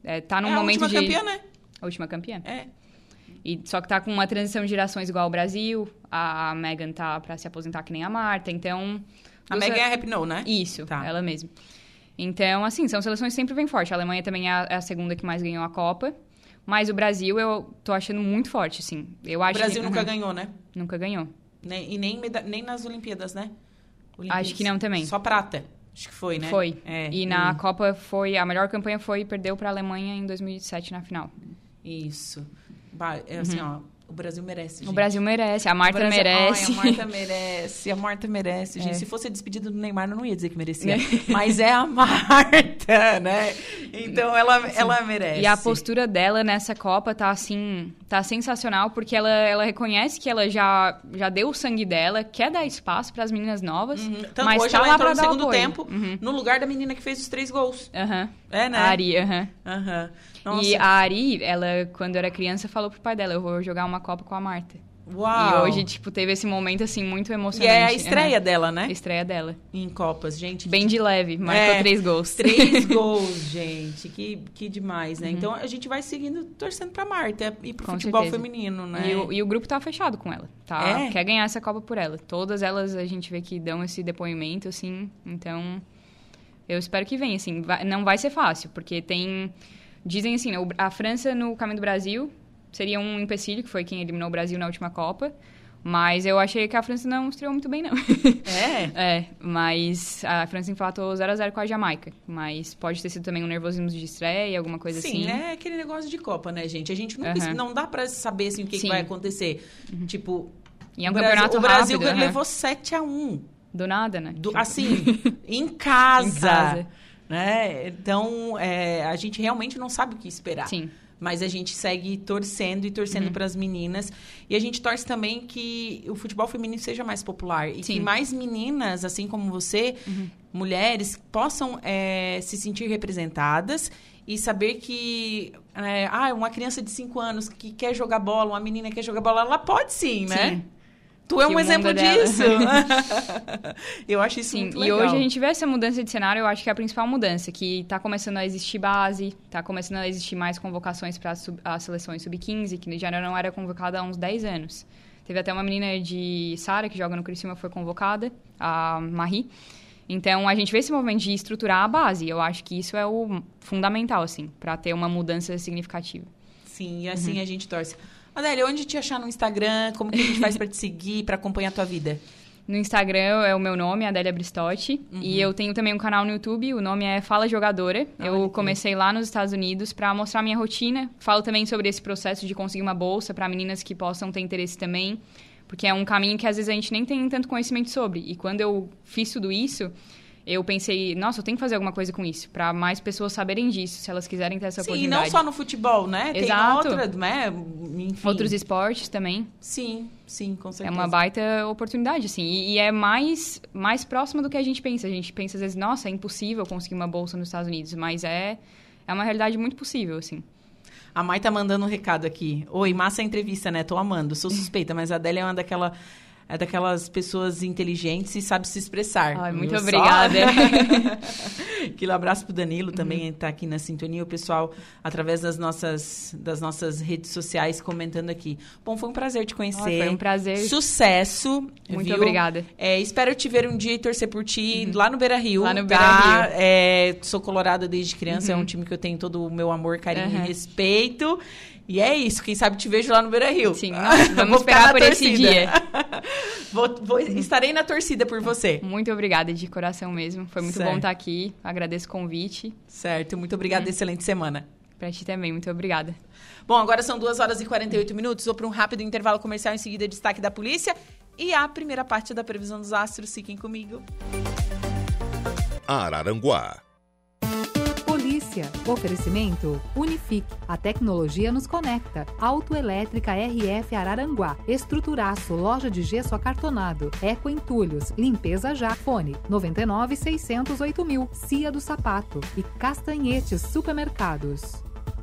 Speaker 3: Tá num momento
Speaker 2: a última campeã, né?
Speaker 3: A última campeã. Só que tá com uma transição de gerações igual ao Brasil. A Megan tá pra se aposentar que nem a Marta, então...
Speaker 2: A Megan é a Rapinoe, né?
Speaker 3: Isso, ela mesma. Então, assim, são seleções que sempre vêm forte. A Alemanha também é a segunda que mais ganhou a Copa. Mas o Brasil, eu tô achando muito forte, assim. O
Speaker 2: Brasil nunca ganhou, né?
Speaker 3: Nunca ganhou.
Speaker 2: E nem nas Olimpíadas, né?
Speaker 3: Acho que não também.
Speaker 2: Só prata. Acho que foi, né?
Speaker 3: Foi. Na Copa a melhor campanha perdeu pra Alemanha em 2007 na final.
Speaker 2: Isso. Assim, ó, o Brasil merece, gente.
Speaker 3: O Brasil merece, a Marta merece.
Speaker 2: A Marta merece, gente. Se fosse a despedida do Neymar, eu não ia dizer que merecia. Mas é a Marta, né? Então, ela merece.
Speaker 3: E a postura dela nessa Copa tá sensacional, porque ela reconhece que ela já deu o sangue dela, quer dar espaço para as meninas novas, mas
Speaker 2: hoje
Speaker 3: tá
Speaker 2: ela
Speaker 3: lá
Speaker 2: entrou
Speaker 3: pra
Speaker 2: no
Speaker 3: dar
Speaker 2: segundo
Speaker 3: apoio.
Speaker 2: tempo, no lugar da menina que fez os 3 gols.
Speaker 3: Né?
Speaker 2: A
Speaker 3: Ari,
Speaker 2: Nossa.
Speaker 3: E a Ari, ela, quando era criança, falou pro pai dela, eu vou jogar uma Copa com a Marta.
Speaker 2: Uau!
Speaker 3: E hoje, teve esse momento, assim, muito emocionante.
Speaker 2: E é a estreia dela, né?
Speaker 3: A estreia dela.
Speaker 2: Em Copas, gente.
Speaker 3: Bem de leve, marcou 3 gols.
Speaker 2: 3 gols, gente. Que demais, né? Então, a gente vai seguindo, torcendo pra Marta e pro futebol feminino, né?
Speaker 3: E o grupo tá fechado com ela, tá? Quer ganhar essa Copa por ela. Todas elas, a gente vê que dão esse depoimento, assim. Então, eu espero que venha, assim. Não vai ser fácil, porque dizem assim, a França no caminho do Brasil seria um empecilho, que foi quem eliminou o Brasil na última Copa. Mas eu achei que a França não estreou muito bem, não. Mas a França empatou 0-0 com a Jamaica. Mas pode ter sido também um nervosismo de estreia, alguma coisa assim.
Speaker 2: Sim, é aquele negócio de Copa, né, gente? A gente não dá pra saber, assim, o que vai acontecer. Tipo,
Speaker 3: e é um campeonato
Speaker 2: o Brasil
Speaker 3: rápido,
Speaker 2: levou 7-1.
Speaker 3: Do nada, né?
Speaker 2: Assim, em casa. Né? Então, a gente realmente não sabe o que esperar.
Speaker 3: Sim.
Speaker 2: Mas a gente segue torcendo para as meninas. E a gente torce também que o futebol feminino seja mais popular. E que mais meninas, assim como você, mulheres, possam se sentir representadas e saber que uma criança de 5 anos que quer jogar bola, uma menina que quer jogar bola, ela pode sim, né?
Speaker 3: Sim.
Speaker 2: Tu é um exemplo disso. Eu acho isso muito legal.
Speaker 3: E hoje a gente vê essa mudança de cenário, eu acho que é a principal mudança, que tá começando a existir base, tá começando a existir mais convocações para as seleções sub-15, que já não era convocada há uns 10 anos. Teve até uma menina de Sara, que joga no Criciúma, foi convocada, a Marie. Então, a gente vê esse movimento de estruturar a base. Eu acho que isso é o fundamental, assim, para ter uma mudança significativa.
Speaker 2: Sim, e assim a gente torce. Adélia, onde te achar no Instagram? Como que a gente faz para te seguir, para acompanhar a tua vida?
Speaker 3: No Instagram é o meu nome, Adélia Bristotti. E eu tenho também um canal no YouTube, o nome é Fala Jogadora. Eu comecei lá nos Estados Unidos para mostrar minha rotina. Falo também sobre esse processo de conseguir uma bolsa para meninas que possam ter interesse também. Porque é um caminho que às vezes a gente nem tem tanto conhecimento sobre. E quando eu fiz tudo isso, eu pensei, nossa, eu tenho que fazer alguma coisa com isso, para mais pessoas saberem disso, se elas quiserem ter essa oportunidade.
Speaker 2: Sim, e não só no futebol, né?
Speaker 3: Exato.
Speaker 2: Tem outra, né? Enfim.
Speaker 3: Outros esportes também.
Speaker 2: Sim, com certeza.
Speaker 3: É uma baita oportunidade, assim. E é mais próxima do que a gente pensa. A gente pensa, às vezes, nossa, é impossível conseguir uma bolsa nos Estados Unidos, mas é uma realidade muito possível, assim.
Speaker 2: A Mai tá mandando um recado aqui. Oi, massa a entrevista, né? Tô amando. Sou suspeita, mas a Adélia é daquelas pessoas inteligentes e sabe se expressar.
Speaker 3: Ai, muito obrigada.
Speaker 2: Aquele abraço pro Danilo também, tá aqui na sintonia. O pessoal, através das nossas redes sociais, comentando aqui. Bom, foi um prazer te conhecer.
Speaker 3: Foi um prazer.
Speaker 2: Sucesso.
Speaker 3: Muito obrigada.
Speaker 2: Espero te ver um dia e torcer por ti lá no Beira-Rio.
Speaker 3: Lá no Beira-Rio.
Speaker 2: Sou colorada desde criança. É um time que eu tenho todo o meu amor, carinho e respeito. E é isso, quem sabe te vejo lá no Beira-Rio.
Speaker 3: Sim, vamos esperar por esse dia.
Speaker 2: Estarei na torcida por você.
Speaker 3: Muito obrigada, de coração mesmo. Foi muito bom estar aqui, agradeço o convite.
Speaker 2: Certo, muito obrigada, excelente semana.
Speaker 3: Pra ti também, muito obrigada.
Speaker 2: Bom, agora são 2h48, vou para um rápido intervalo comercial, em seguida destaque da polícia e a primeira parte da previsão dos astros. Fiquem comigo.
Speaker 1: Araranguá.
Speaker 4: Polícia. Oferecimento Unifique. A tecnologia nos conecta. Autoelétrica RF Araranguá. Estruturaço. Loja de gesso acartonado. Eco Entulhos. Limpeza já. Fone 99-608.000. Cia do Sapato. E Castanhetes Supermercados.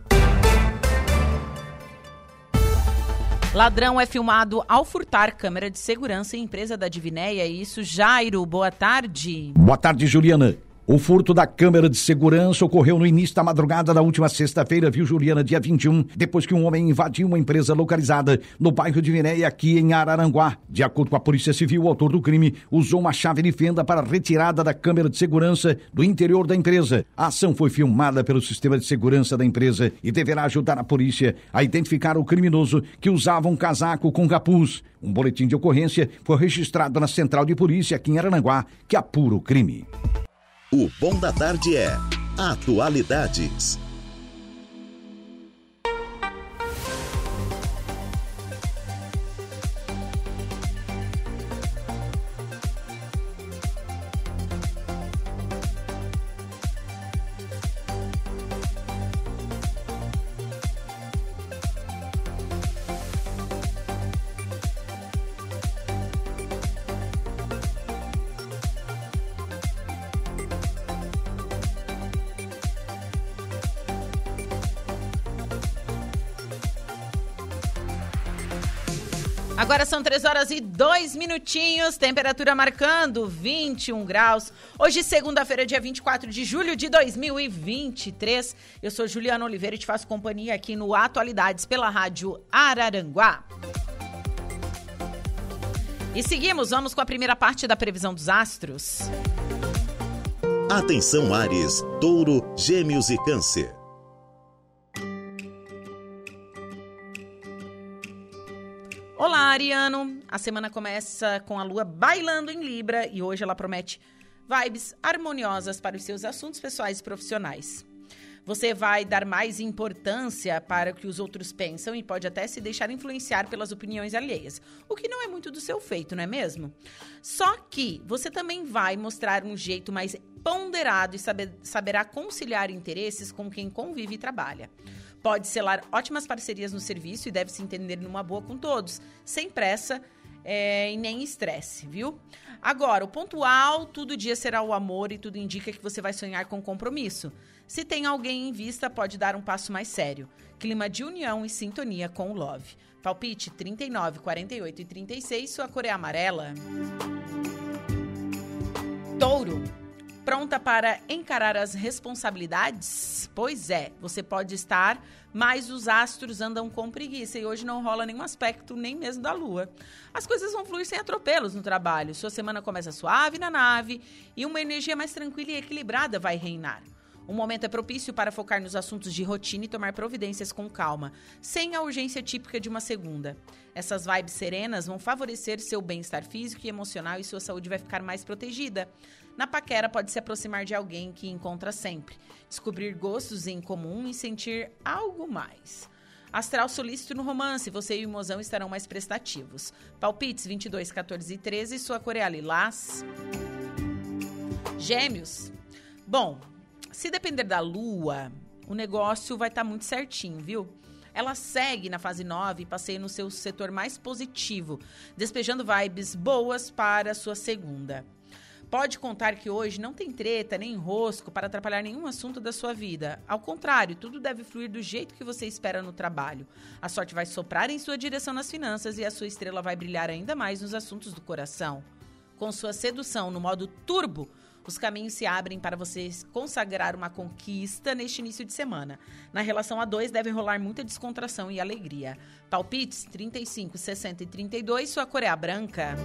Speaker 2: Ladrão é filmado ao furtar câmera de segurança em empresa da Divinéia. Isso, Jairo. Boa tarde.
Speaker 5: Boa tarde, Juliana. O furto da câmera de segurança ocorreu no início da madrugada da última sexta-feira, viu, Juliana, dia 21, depois que um homem invadiu uma empresa localizada no bairro de Mireia, aqui em Araranguá. De acordo com a Polícia Civil, o autor do crime usou uma chave de fenda para a retirada da câmera de segurança do interior da empresa. A ação foi filmada pelo sistema de segurança da empresa e deverá ajudar a polícia a identificar o criminoso que usava um casaco com capuz. Um boletim de ocorrência foi registrado na Central de Polícia aqui em Araranguá, que apura o crime.
Speaker 1: O Bom da Tarde é Atualidades.
Speaker 2: Agora são 3h02, temperatura marcando 21 graus. Hoje, segunda-feira, dia 24 de julho de 2023. Eu sou Juliana Oliveira e te faço companhia aqui no Atualidades pela Rádio Araranguá. E seguimos, vamos com a primeira parte da previsão dos astros.
Speaker 1: Atenção, Áries, Touro, Gêmeos e Câncer.
Speaker 2: Olá, ariano! A semana começa com a lua bailando em Libra e hoje ela promete vibes harmoniosas para os seus assuntos pessoais e profissionais. Você vai dar mais importância para o que os outros pensam e pode até se deixar influenciar pelas opiniões alheias, o que não é muito do seu feito, não é mesmo? Só que você também vai mostrar um jeito mais ponderado e saberá conciliar interesses com quem convive e trabalha. Pode selar ótimas parcerias no serviço e deve se entender numa boa com todos, sem pressa e nem estresse, viu? Agora, o ponto alto do dia será o amor e tudo indica que você vai sonhar com compromisso. Se tem alguém em vista, pode dar um passo mais sério. Clima de união e sintonia com o love. Palpite 39, 48 e 36, sua cor é amarela. Touro. Pronta para encarar as responsabilidades? Pois é, você pode estar, mas os astros andam com preguiça e hoje não rola nenhum aspecto, nem mesmo da lua. As coisas vão fluir sem atropelos no trabalho, sua semana começa suave na nave e uma energia mais tranquila e equilibrada vai reinar. O momento é propício para focar nos assuntos de rotina e tomar providências com calma, sem a urgência típica de uma segunda. Essas vibes serenas vão favorecer seu bem-estar físico e emocional e sua saúde vai ficar mais protegida. Na paquera, pode se aproximar de alguém que encontra sempre, descobrir gostos em comum e sentir algo mais. Astral solícito no romance, você e o mozão estarão mais prestativos. Palpites 22, 14 e 13, sua cor é a lilás. Gêmeos. Bom, se depender da lua, o negócio vai estar muito certinho, viu? Ela segue na fase 9 e passeia no seu setor mais positivo, despejando vibes boas para a sua segunda. Pode contar que hoje não tem treta nem enrosco para atrapalhar nenhum assunto da sua vida. Ao contrário, tudo deve fluir do jeito que você espera no trabalho. A sorte vai soprar em sua direção nas finanças e a sua estrela vai brilhar ainda mais nos assuntos do coração. Com sua sedução no modo turbo, os caminhos se abrem para você consagrar uma conquista neste início de semana. Na relação a dois, deve rolar muita descontração e alegria. Palpites 35, 60 e 32, sua cor é a branca.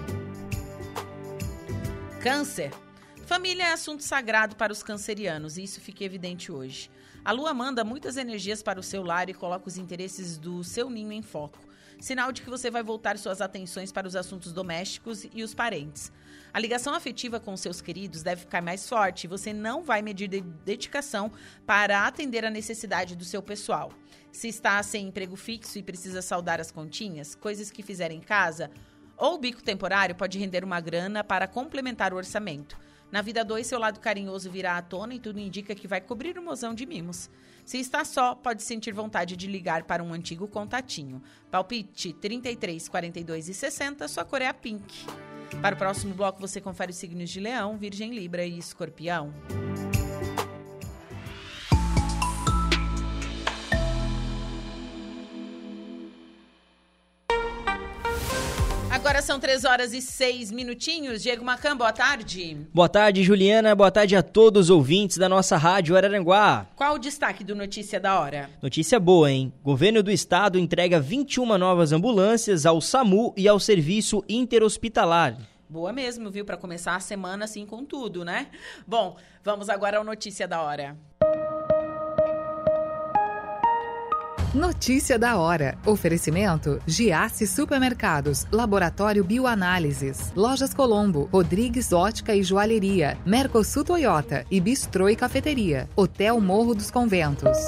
Speaker 2: Câncer. Família é assunto sagrado para os cancerianos e isso fica evidente hoje. A lua manda muitas energias para o seu lar e coloca os interesses do seu ninho em foco. Sinal de que você vai voltar suas atenções para os assuntos domésticos e os parentes. A ligação afetiva com seus queridos deve ficar mais forte e você não vai medir dedicação para atender a necessidade do seu pessoal. Se está sem emprego fixo e precisa saldar as continhas, coisas que fizer em casa, ou o bico temporário pode render uma grana para complementar o orçamento. Na vida 2, seu lado carinhoso virá à tona e tudo indica que vai cobrir o mozão de mimos. Se está só, pode sentir vontade de ligar para um antigo contatinho. Palpite 33, 42 e 60, sua cor é a pink. Para o próximo bloco, você confere os signos de Leão, Virgem, Libra e Escorpião. Agora são 3h06. Diego Macan, boa tarde.
Speaker 6: Boa tarde, Juliana. Boa tarde a todos os ouvintes da nossa Rádio Araranguá.
Speaker 2: Qual o destaque do Notícia da Hora?
Speaker 6: Notícia boa, hein? Governo do Estado entrega 21 novas ambulâncias ao SAMU e ao Serviço Interhospitalar.
Speaker 2: Boa mesmo, viu? Para começar a semana assim com tudo, né? Bom, vamos agora ao Notícia da Hora.
Speaker 4: Notícia da hora. Oferecimento: Giasse Supermercados, Laboratório Bioanálises, Lojas Colombo, Rodrigues Ótica e Joalheria, Mercosul Toyota e Bistrô e Cafeteria, Hotel Morro dos Conventos.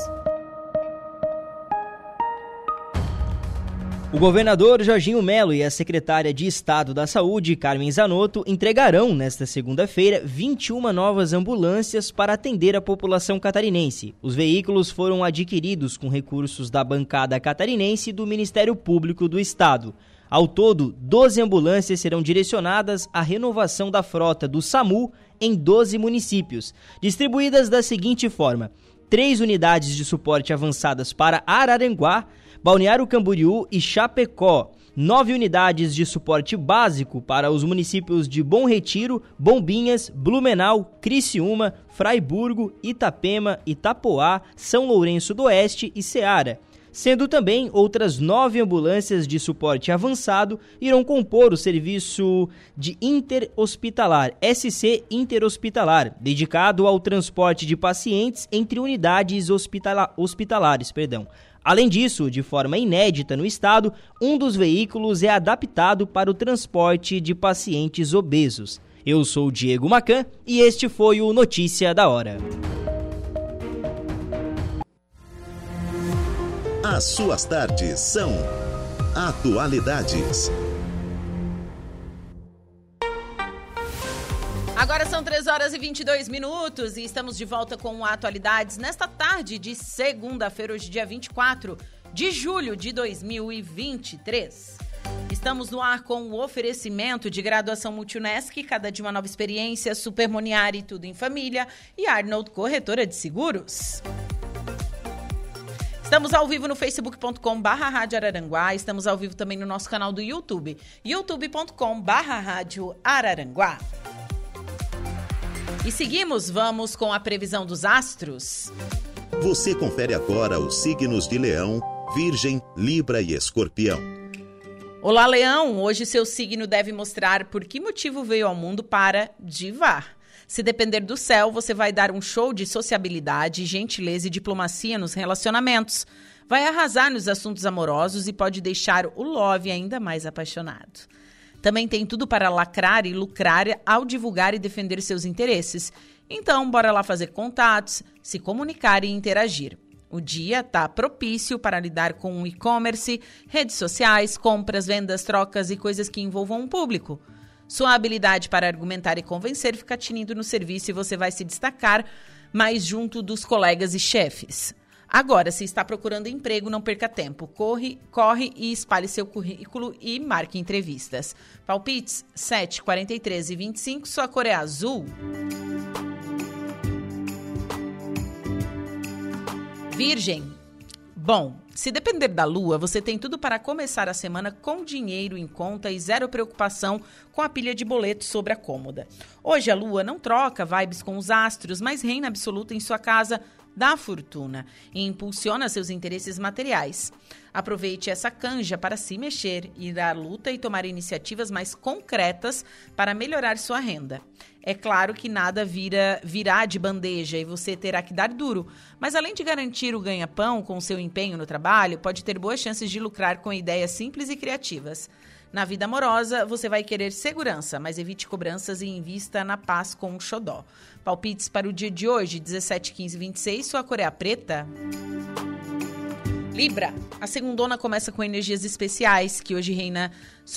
Speaker 6: O governador Jorginho Melo e a secretária de Estado da Saúde, Carmen Zanotto, entregarão nesta segunda-feira 21 novas ambulâncias para atender a população catarinense. Os veículos foram adquiridos com recursos da bancada catarinense e do Ministério Público do Estado. Ao todo, 12 ambulâncias serão direcionadas à renovação da frota do SAMU em 12 municípios, distribuídas da seguinte forma: 3 unidades de suporte avançadas para Araranguá, Balneário Camboriú e Chapecó, 9 unidades de suporte básico para os municípios de Bom Retiro, Bombinhas, Blumenau, Criciúma, Fraiburgo, Itapema, Itapoá, São Lourenço do Oeste e Ceará. Sendo também outras 9 ambulâncias de suporte avançado irão compor o serviço de interhospitalar, SC Interhospitalar, dedicado ao transporte de pacientes entre unidades hospitalares. Além disso, de forma inédita no estado, um dos veículos é adaptado para o transporte de pacientes obesos. Eu sou o Diego Macan e este foi o Notícia da Hora.
Speaker 1: As suas tardes são Atualidades.
Speaker 2: Agora são 3h22 e estamos de volta com Atualidades nesta tarde de segunda-feira, hoje dia 24 de julho de 2023. Estamos no ar com o oferecimento de graduação Multunesc, cada dia uma nova experiência, Supermoniari, tudo em família e Arnold Corretora de Seguros. Estamos ao vivo no facebook.com/Rádio Araranguá, estamos ao vivo também no nosso canal do YouTube, youtube.com/Rádio Araranguá. E seguimos, vamos com a previsão dos astros.
Speaker 1: Você confere agora os signos de Leão, Virgem, Libra e Escorpião.
Speaker 2: Olá, Leão! Hoje seu signo deve mostrar por que motivo veio ao mundo para divar. Se depender do céu, você vai dar um show de sociabilidade, gentileza e diplomacia nos relacionamentos. Vai arrasar nos assuntos amorosos e pode deixar o love ainda mais apaixonado. Também tem tudo para lacrar e lucrar ao divulgar e defender seus interesses. Então, bora lá fazer contatos, se comunicar e interagir. O dia está propício para lidar com o e-commerce, redes sociais, compras, vendas, trocas e coisas que envolvam o público. Sua habilidade para argumentar e convencer fica tinindo no serviço e você vai se destacar mais junto dos colegas e chefes. Agora, se está procurando emprego, não perca tempo. Corre e espalhe seu currículo e marque entrevistas. Palpites 7, 43 e 25, sua cor é azul. Virgem. Bom, se depender da lua, você tem tudo para começar a semana com dinheiro em conta e zero preocupação com a pilha de boletos sobre a cômoda. Hoje a lua não troca vibes com os astros, mas reina absoluta em sua casa da fortuna e impulsiona seus interesses materiais. Aproveite essa canja para se mexer, ir à luta e tomar iniciativas mais concretas para melhorar sua renda. É claro que nada virá de bandeja e você terá que dar duro, mas além de garantir o ganha-pão com seu empenho no trabalho, pode ter boas chances de lucrar com ideias simples e criativas. Na vida amorosa, você vai querer segurança, mas evite cobranças e invista na paz com o xodó. Palpites para o dia de hoje, 17, 15 e 26, sua cor é a preta. Libra, a segundona começa com energias especiais, que hoje reina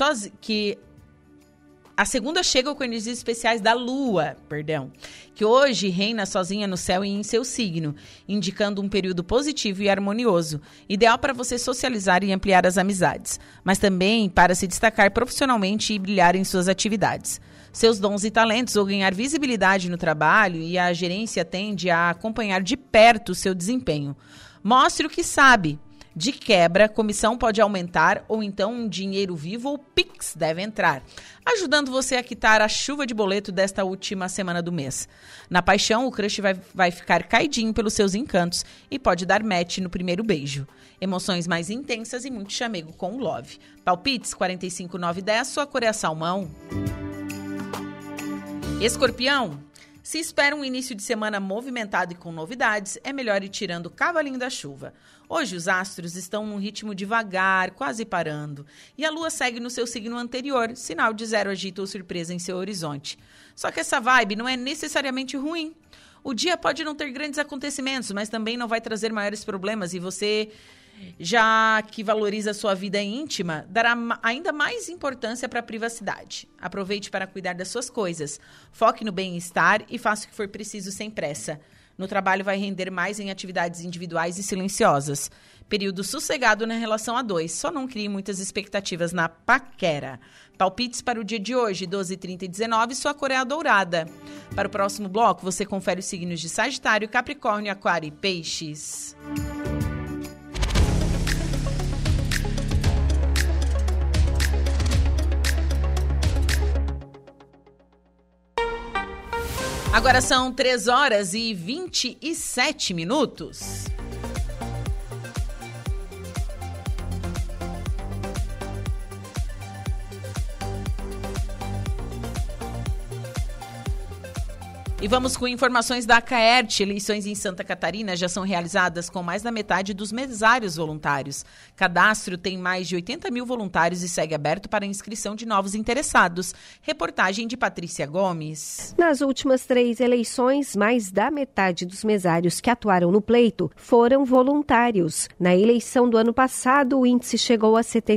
Speaker 2: a segunda chega com energias especiais da Lua, que hoje reina sozinha no céu e em seu signo, indicando um período positivo e harmonioso, ideal para você socializar e ampliar as amizades, mas também para se destacar profissionalmente e brilhar em suas atividades. Seus dons e talentos vão ganhar visibilidade no trabalho e a gerência tende a acompanhar de perto o seu desempenho. Mostre o que sabe. De quebra, comissão pode aumentar ou então um dinheiro vivo ou Pix deve entrar, ajudando você a quitar a chuva de boleto desta última semana do mês. Na paixão, o crush vai ficar caidinho pelos seus encantos e pode dar match no primeiro beijo. Emoções mais intensas e muito chamego com o Love. Palpites 45, 9, 10, sua cor é a salmão. Escorpião, se espera um início de semana movimentado e com novidades, é melhor ir tirando o cavalinho da chuva. Hoje os astros estão num ritmo devagar, quase parando, e a lua segue no seu signo anterior, sinal de zero agito ou surpresa em seu horizonte. Só que essa vibe não é necessariamente ruim. O dia pode não ter grandes acontecimentos, mas também não vai trazer maiores problemas e você, já que valoriza a sua vida íntima, dará ainda mais importância para a privacidade. Aproveite para cuidar das suas coisas. Foque no bem-estar e faça o que for preciso sem pressa. No trabalho vai render mais em atividades individuais e silenciosas. Período sossegado na relação a dois. Só não crie muitas expectativas na paquera. Palpites para o dia de hoje, 12, 30 e 19, sua cor é a dourada. Para o próximo bloco, você confere os signos de Sagitário, Capricórnio, Aquário e Peixes. Agora são 3 horas e 27 minutos. E vamos com informações da Caert. Eleições em Santa Catarina já são realizadas com mais da metade dos mesários voluntários. Cadastro tem mais de 80 mil voluntários e segue aberto para inscrição de novos interessados. Reportagem de Patrícia Gomes.
Speaker 7: Nas últimas 3 eleições, mais da metade dos mesários que atuaram no pleito foram voluntários. Na eleição do ano passado, o índice chegou a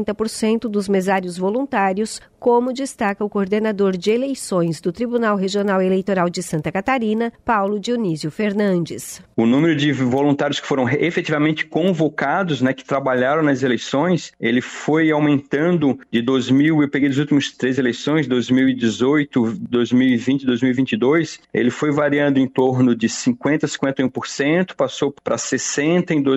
Speaker 7: 70% dos mesários voluntários, como destaca o coordenador de eleições do Tribunal Regional Eleitoral de Santa Catarina, Paulo Dionísio Fernandes.
Speaker 8: O número de voluntários que foram efetivamente convocados, que trabalharam nas eleições, ele foi aumentando de 2000, eu peguei as últimas 3 eleições, 2018, 2020 e 2022, ele foi variando em torno de 50% a 51%, passou para 60% em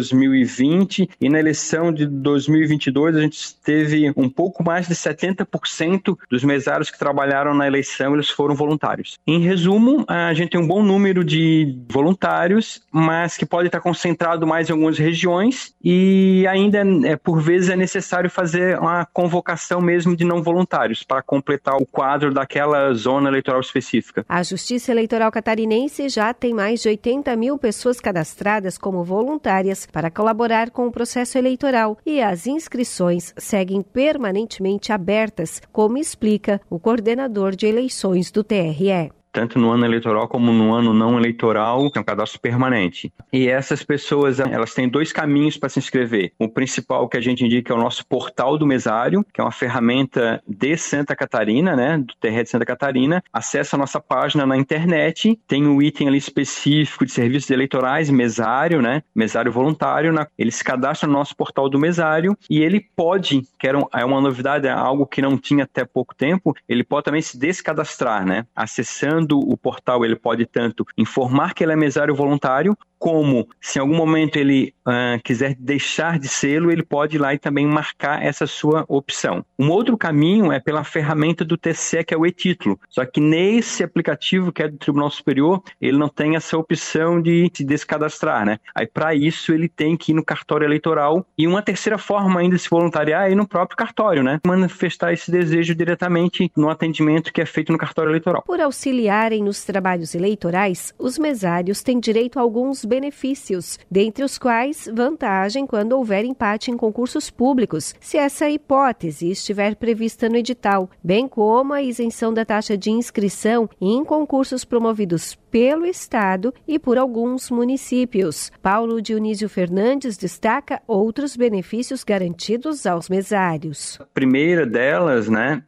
Speaker 8: 2020 e na eleição de 2022 a gente teve um pouco mais de 70% dos mesários que trabalharam na eleição, eles foram voluntários. Em resumo, a gente tem um bom número de voluntários, mas que pode estar concentrado mais em algumas regiões e ainda, por vezes, é necessário fazer uma convocação mesmo de não voluntários para completar o quadro daquela zona eleitoral específica.
Speaker 7: A Justiça Eleitoral Catarinense já tem mais de 80 mil pessoas cadastradas como voluntárias para colaborar com o processo eleitoral e as inscrições seguem permanentemente abertas, como explica o coordenador de eleições do TRE.
Speaker 8: Tanto no ano eleitoral como no ano não eleitoral, é um cadastro permanente. E essas pessoas, elas têm 2 caminhos para se inscrever. O principal que a gente indica é o nosso portal do mesário, que é uma ferramenta de Santa Catarina, do TRE de Santa Catarina. Acessa a nossa página na internet, tem um item ali específico de serviços eleitorais, mesário, mesário voluntário. Ele se cadastra no nosso portal do mesário e ele pode, que é uma novidade, é algo que não tinha até pouco tempo, ele pode também se descadastrar, acessando o portal, ele pode tanto informar que ele é mesário voluntário, como, se em algum momento ele quiser deixar de sê-lo, ele pode ir lá e também marcar essa sua opção. Um outro caminho é pela ferramenta do TCE, que é o e-título. Só que nesse aplicativo, que é do Tribunal Superior, ele não tem essa opção de se descadastrar, Aí, para isso, ele tem que ir no cartório eleitoral. E uma terceira forma ainda de se voluntariar é ir no próprio cartório, Manifestar esse desejo diretamente no atendimento que é feito no cartório eleitoral.
Speaker 7: Por auxiliarem nos trabalhos eleitorais, os mesários têm direito a alguns benefícios, dentre os quais vantagem quando houver empate em concursos públicos, se essa hipótese estiver prevista no edital, bem como a isenção da taxa de inscrição em concursos promovidos pelo Estado e por alguns municípios. Paulo Dionísio Fernandes destaca outros benefícios garantidos aos mesários.
Speaker 8: A primeira delas,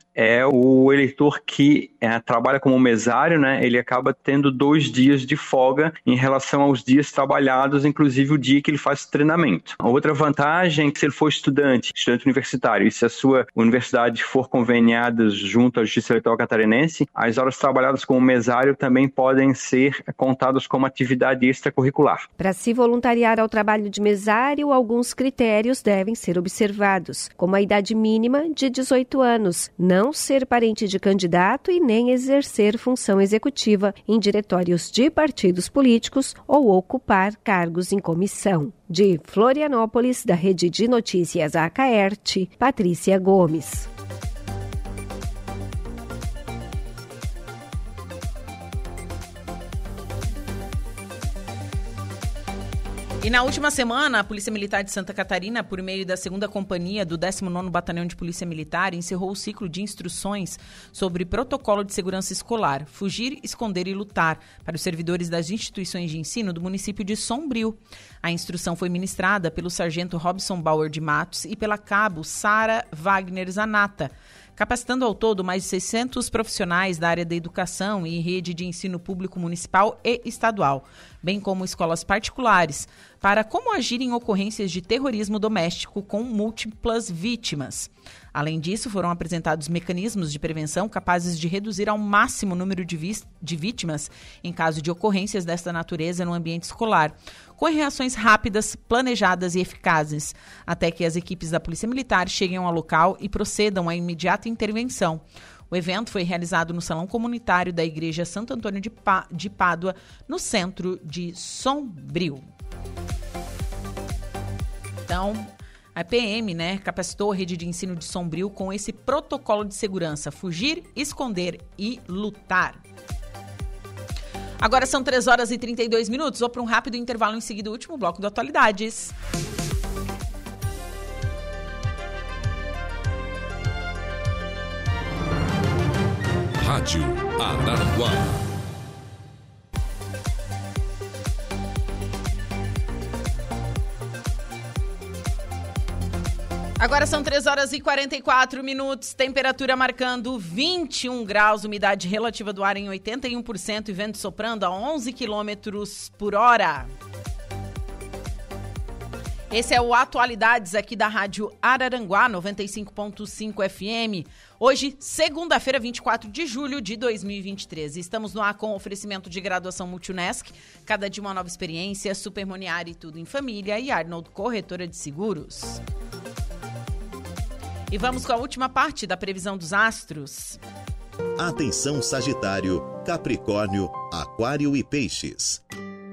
Speaker 8: é o eleitor que trabalha como mesário, ele acaba tendo 2 dias de folga em relação aos dias trabalhados, inclusive o dia que ele faz treinamento. A outra vantagem é que se ele for estudante universitário, e se a sua universidade for conveniada junto à Justiça Eleitoral Catarinense, as horas trabalhadas como mesário também podem ser ser contados como atividade extracurricular.
Speaker 7: Para se voluntariar ao trabalho de mesário, alguns critérios devem ser observados, como a idade mínima de 18 anos, não ser parente de candidato e nem exercer função executiva em diretórios de partidos políticos ou ocupar cargos em comissão. De Florianópolis, da Rede de Notícias Acaerte, Patrícia Gomes.
Speaker 2: E na última semana, a Polícia Militar de Santa Catarina, por meio da 2ª Companhia do 19º Batalhão de Polícia Militar, encerrou o ciclo de instruções sobre protocolo de segurança escolar, fugir, esconder e lutar, para os servidores das instituições de ensino do município de Sombrio. A instrução foi ministrada pelo sargento Robson Bauer de Matos e pela cabo Sara Wagner Zanata, capacitando ao todo mais de 600 profissionais da área da educação e rede de ensino público municipal e estadual, bem como escolas particulares, para como agir em ocorrências de terrorismo doméstico com múltiplas vítimas. Além disso, foram apresentados mecanismos de prevenção capazes de reduzir ao máximo o número de vítimas em caso de ocorrências desta natureza no ambiente escolar, com reações rápidas, planejadas e eficazes, até que as equipes da Polícia Militar cheguem ao local e procedam à imediata intervenção. O evento foi realizado no Salão Comunitário da Igreja Santo Antônio de Pádua, no centro de Sombrio. Então, a PM, capacitou a rede de ensino de Sombrio com esse protocolo de segurança: fugir, esconder e lutar. Agora são 3h32. Vou para um rápido intervalo, em seguida o último bloco do Atualidades.
Speaker 9: Rádio Araranguá.
Speaker 2: Agora são 3h44, temperatura marcando 21 graus, umidade relativa do ar em 81% e vento soprando a 11 quilômetros por hora. Esse é o Atualidades aqui da Rádio Araranguá, 95.5 FM. Hoje, segunda-feira, 24 de julho de 2023. Estamos no ar com oferecimento de graduação Multunesc, cada dia uma nova experiência, Supermoniari Tudo em Família e Arnold Corretora de Seguros. E vamos com a última parte da previsão dos astros.
Speaker 1: Atenção Sagitário, Capricórnio, Aquário e Peixes.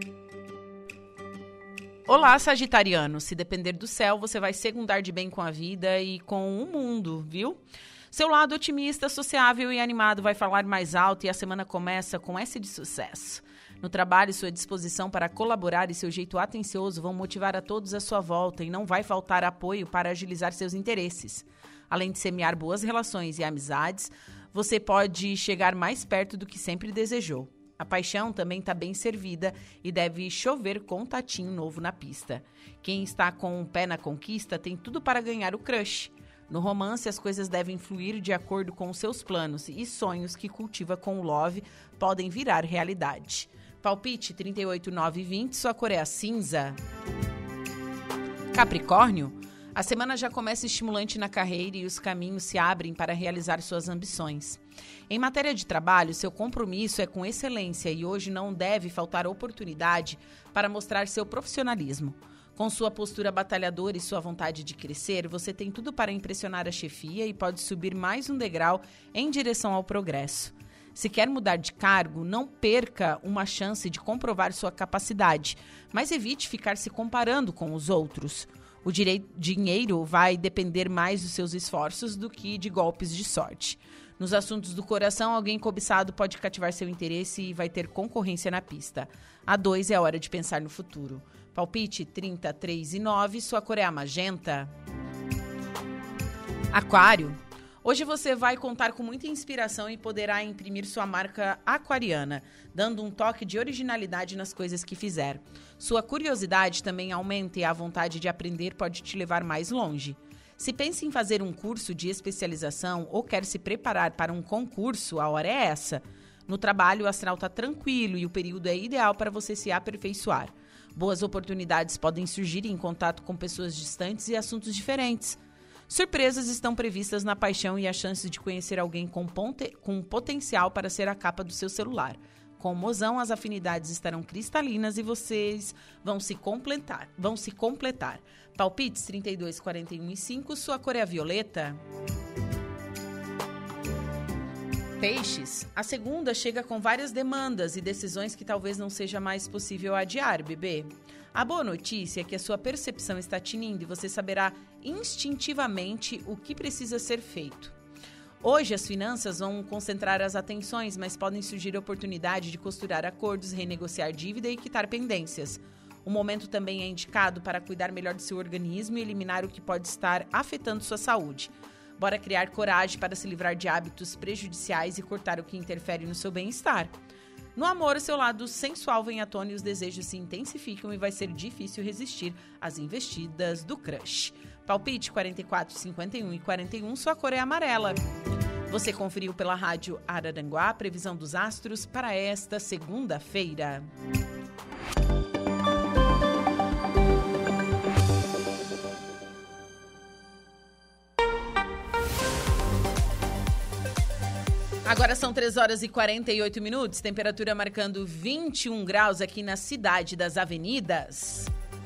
Speaker 2: Olá, Sagitariano. Se depender do céu, você vai segundar de bem com a vida e com o mundo, viu? Seu lado otimista, sociável e animado vai falar mais alto e a semana começa com S de sucesso. No trabalho, sua disposição para colaborar e seu jeito atencioso vão motivar a todos à sua volta e não vai faltar apoio para agilizar seus interesses. Além de semear boas relações e amizades, você pode chegar mais perto do que sempre desejou. A paixão também está bem servida e deve chover contatinho novo na pista. Quem está com o pé na conquista tem tudo para ganhar o crush. No romance, as coisas devem fluir de acordo com os seus planos e sonhos que cultiva com o love podem virar realidade. Palpite 38, 9 e 20, sua cor é a cinza. Capricórnio, a semana já começa estimulante na carreira e os caminhos se abrem para realizar suas ambições. Em matéria de trabalho, seu compromisso é com excelência e hoje não deve faltar oportunidade para mostrar seu profissionalismo. Com sua postura batalhadora e sua vontade de crescer, você tem tudo para impressionar a chefia e pode subir mais um degrau em direção ao progresso. Se quer mudar de cargo, não perca uma chance de comprovar sua capacidade, mas evite ficar se comparando com os outros. O dinheiro vai depender mais dos seus esforços do que de golpes de sorte. Nos assuntos do coração, alguém cobiçado pode cativar seu interesse e vai ter concorrência na pista. A 2 é hora de pensar no futuro. Palpite 30, 3 e 9, sua cor é a magenta. Aquário. Hoje você vai contar com muita inspiração e poderá imprimir sua marca aquariana, dando um toque de originalidade nas coisas que fizer. Sua curiosidade também aumenta e a vontade de aprender pode te levar mais longe. Se pensa em fazer um curso de especialização ou quer se preparar para um concurso, a hora é essa. No trabalho, o astral está tranquilo e o período é ideal para você se aperfeiçoar. Boas oportunidades podem surgir em contato com pessoas distantes e assuntos diferentes. Surpresas estão previstas na paixão e a chance de conhecer alguém com potencial para ser a capa do seu celular. Com o mozão, as afinidades estarão cristalinas e vocês vão se completar. Palpites 32, 41 e 5, sua cor é a violeta. Peixes, a segunda chega com várias demandas e decisões que talvez não seja mais possível adiar, bebê. A boa notícia é que a sua percepção está tinindo e você saberá instintivamente o que precisa ser feito. Hoje as finanças vão concentrar as atenções, mas podem surgir a oportunidade de costurar acordos, renegociar dívida e quitar pendências. O momento também é indicado para cuidar melhor do seu organismo e eliminar o que pode estar afetando sua saúde. Bora criar coragem para se livrar de hábitos prejudiciais e cortar o que interfere no seu bem-estar. No amor, o seu lado sensual vem à tona e os desejos se intensificam e vai ser difícil resistir às investidas do crush. Palpite 44, 51 e 41, sua cor é amarela. Você conferiu pela Rádio Araranguá a previsão dos astros para esta segunda-feira. Agora são 3 horas e 48 minutos, temperatura marcando 21 graus aqui na Cidade das Avenidas.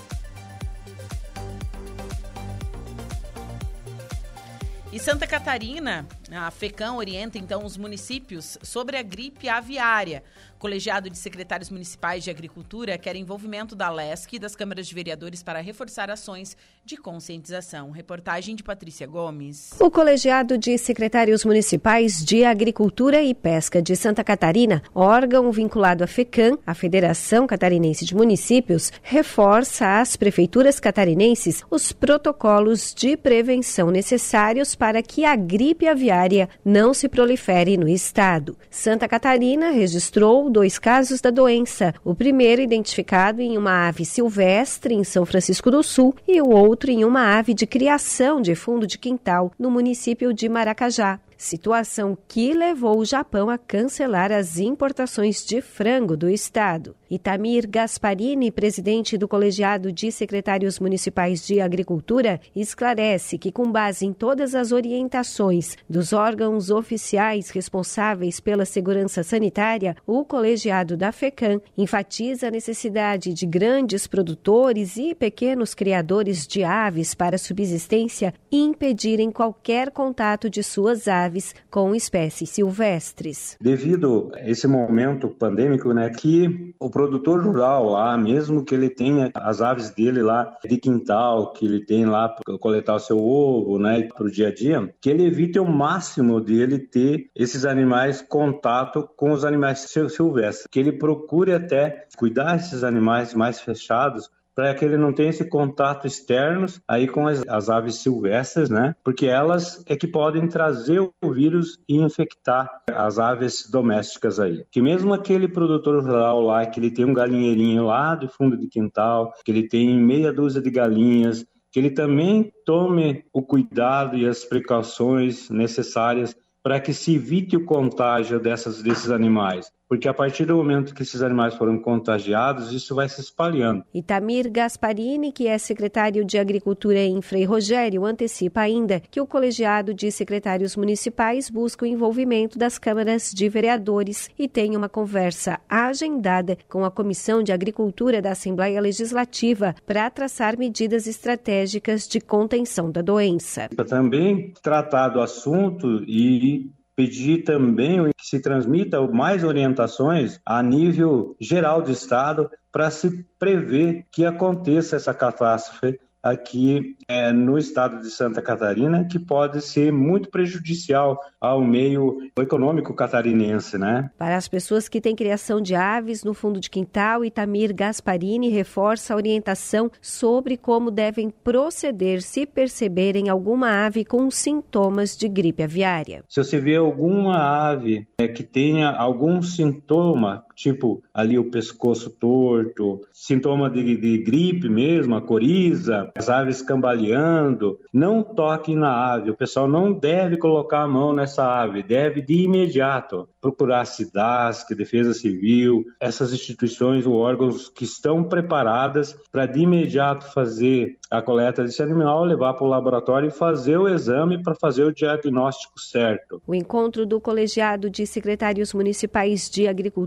Speaker 2: E Santa Catarina, a FECAM orienta então os municípios sobre a gripe aviária. O Colegiado de Secretários Municipais de Agricultura quer envolvimento da LESC e das câmaras de vereadores para reforçar ações de conscientização. Reportagem de Patrícia Gomes.
Speaker 7: O Colegiado de Secretários Municipais de Agricultura e Pesca de Santa Catarina, órgão vinculado à FECAM, a Federação Catarinense de Municípios, reforça às prefeituras catarinenses os protocolos de prevenção necessários para que a gripe aviária não se prolifere no estado. Santa Catarina registrou 2 casos da doença, o primeiro identificado em uma ave silvestre em São Francisco do Sul e o outro em uma ave de criação de fundo de quintal no município de Maracajá. Situação que levou o Japão a cancelar as importações de frango do estado. Itamir Gasparini, presidente do Colegiado de Secretários Municipais de Agricultura, esclarece que, com base em todas as orientações dos órgãos oficiais responsáveis pela segurança sanitária, o colegiado da FECAM enfatiza a necessidade de grandes produtores e pequenos criadores de aves para subsistência impedirem qualquer contato de suas aves com espécies silvestres.
Speaker 10: Devido a esse momento pandêmico, que o produtor rural lá, mesmo que ele tenha as aves dele lá de quintal, que ele tem lá para coletar o seu ovo, para o dia a dia, que ele evite o máximo dele ter esses animais contato com os animais silvestres, que ele procure até cuidar desses animais mais fechados, para que ele não tenha esse contato externo aí com as aves silvestres, porque elas é que podem trazer o vírus e infectar as aves domésticas aí. Que mesmo aquele produtor rural lá, que ele tem um galinheirinho lá do fundo de quintal, que ele tem meia dúzia de galinhas, que ele também tome o cuidado e as precauções necessárias para que se evite o contágio desses animais. Porque a partir do momento que esses animais foram contagiados, isso vai se espalhando.
Speaker 7: Itamir Gasparini, que é secretário de Agricultura em Frei Rogério, antecipa ainda que o colegiado de secretários municipais busca o envolvimento das câmaras de vereadores e tem uma conversa agendada com a Comissão de Agricultura da Assembleia Legislativa para traçar medidas estratégicas de contenção da doença.
Speaker 10: Também tratar do assunto e pedir também que se transmita mais orientações a nível geral do Estado para se prever que aconteça essa catástrofe aqui no estado de Santa Catarina, que pode ser muito prejudicial ao meio econômico catarinense,
Speaker 7: Para as pessoas que têm criação de aves no fundo de quintal, Itamir Gasparini reforça a orientação sobre como devem proceder se perceberem alguma ave com sintomas de gripe aviária.
Speaker 10: Se você vê alguma ave que tenha algum sintoma, tipo ali o pescoço torto, sintoma de gripe mesmo, a coriza, as aves cambaleando, não toque na ave. O pessoal não deve colocar a mão nessa ave, deve de imediato procurar a SIDASC, Defesa Civil, essas instituições ou órgãos que estão preparadas para de imediato fazer a coleta desse animal, levar para o laboratório e fazer o exame para fazer o diagnóstico certo.
Speaker 7: O encontro do Colegiado de Secretários Municipais de Agricultura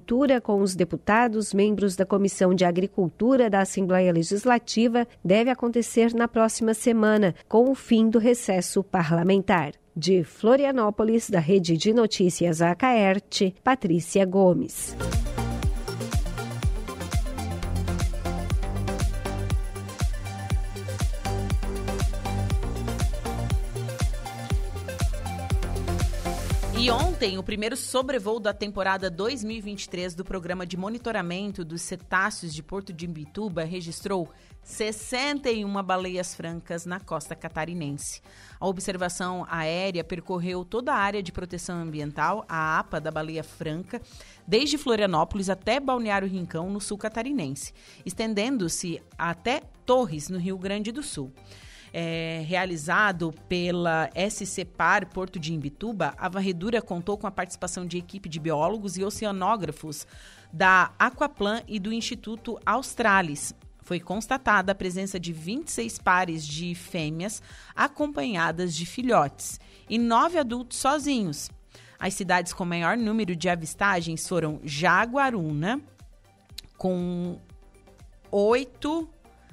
Speaker 7: com os deputados, membros da Comissão de Agricultura da Assembleia Legislativa, deve acontecer na próxima semana, com o fim do recesso parlamentar. De Florianópolis, da Rede de Notícias Acaerte, Patrícia Gomes.
Speaker 2: E ontem, o primeiro sobrevoo da temporada 2023 do Programa de Monitoramento dos Cetáceos de Porto de Imbituba registrou 61 baleias francas na costa catarinense. A observação aérea percorreu toda a área de proteção ambiental, a APA da Baleia Franca, desde Florianópolis até Balneário Rincão, no sul catarinense, estendendo-se até Torres, no Rio Grande do Sul. Realizado pela SC Par Porto de Imbituba, a varredura contou com a participação de equipe de biólogos e oceanógrafos da Aquaplan e do Instituto Australis. Foi constatada a presença de 26 pares de fêmeas acompanhadas de filhotes e 9 adultos sozinhos. As cidades com maior número de avistagens foram Jaguaruna, com 8,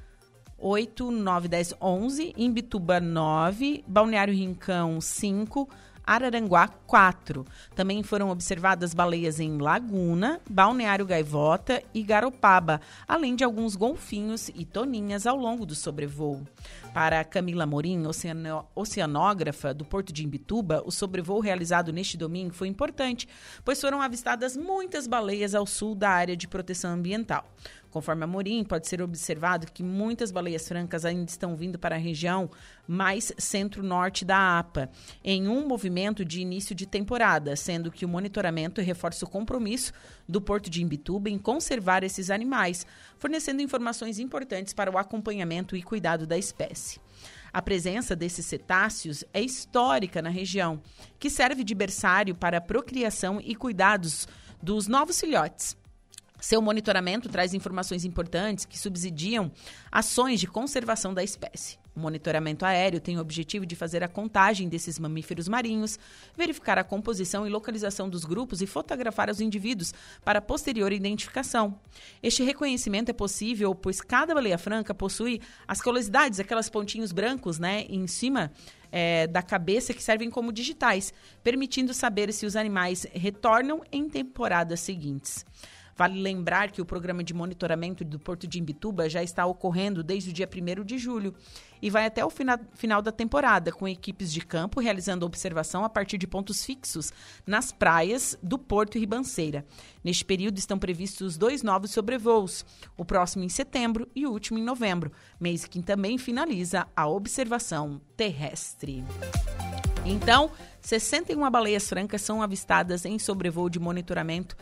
Speaker 2: 9, 10, 11, Imbituba 9, Balneário Rincão 5, Araranguá 4. Também foram observadas baleias em Laguna, Balneário Gaivota e Garopaba, além de alguns golfinhos e toninhas ao longo do sobrevoo. Para Camila Morim, oceanógrafa do Porto de Imbituba, o sobrevoo realizado neste domingo foi importante, pois foram avistadas muitas baleias ao sul da área de proteção ambiental. Conforme a Morim, pode ser observado que muitas baleias francas ainda estão vindo para a região mais centro-norte da APA, em um movimento de início de temporada, sendo que o monitoramento reforça o compromisso do Porto de Imbituba em conservar esses animais, fornecendo informações importantes para o acompanhamento e cuidado da espécie. A presença desses cetáceos é histórica na região, que serve de berçário para a procriação e cuidados dos novos filhotes. Seu monitoramento traz informações importantes que subsidiam ações de conservação da espécie. O monitoramento aéreo tem o objetivo de fazer a contagem desses mamíferos marinhos, verificar a composição e localização dos grupos e fotografar os indivíduos para posterior identificação. Este reconhecimento é possível pois cada baleia franca possui as calosidades, aquelas pontinhos brancos, em cima da cabeça que servem como digitais, permitindo saber se os animais retornam em temporadas seguintes. Vale lembrar que o programa de monitoramento do Porto de Imbituba já está ocorrendo desde o dia 1º de julho e vai até o final da temporada, com equipes de campo realizando observação a partir de pontos fixos nas praias do Porto e Ribanceira. Neste período estão previstos 2 novos sobrevoos, o próximo em setembro e o último em novembro, mês que também finaliza a observação terrestre. Então, 61 baleias francas são avistadas em sobrevoo de monitoramento.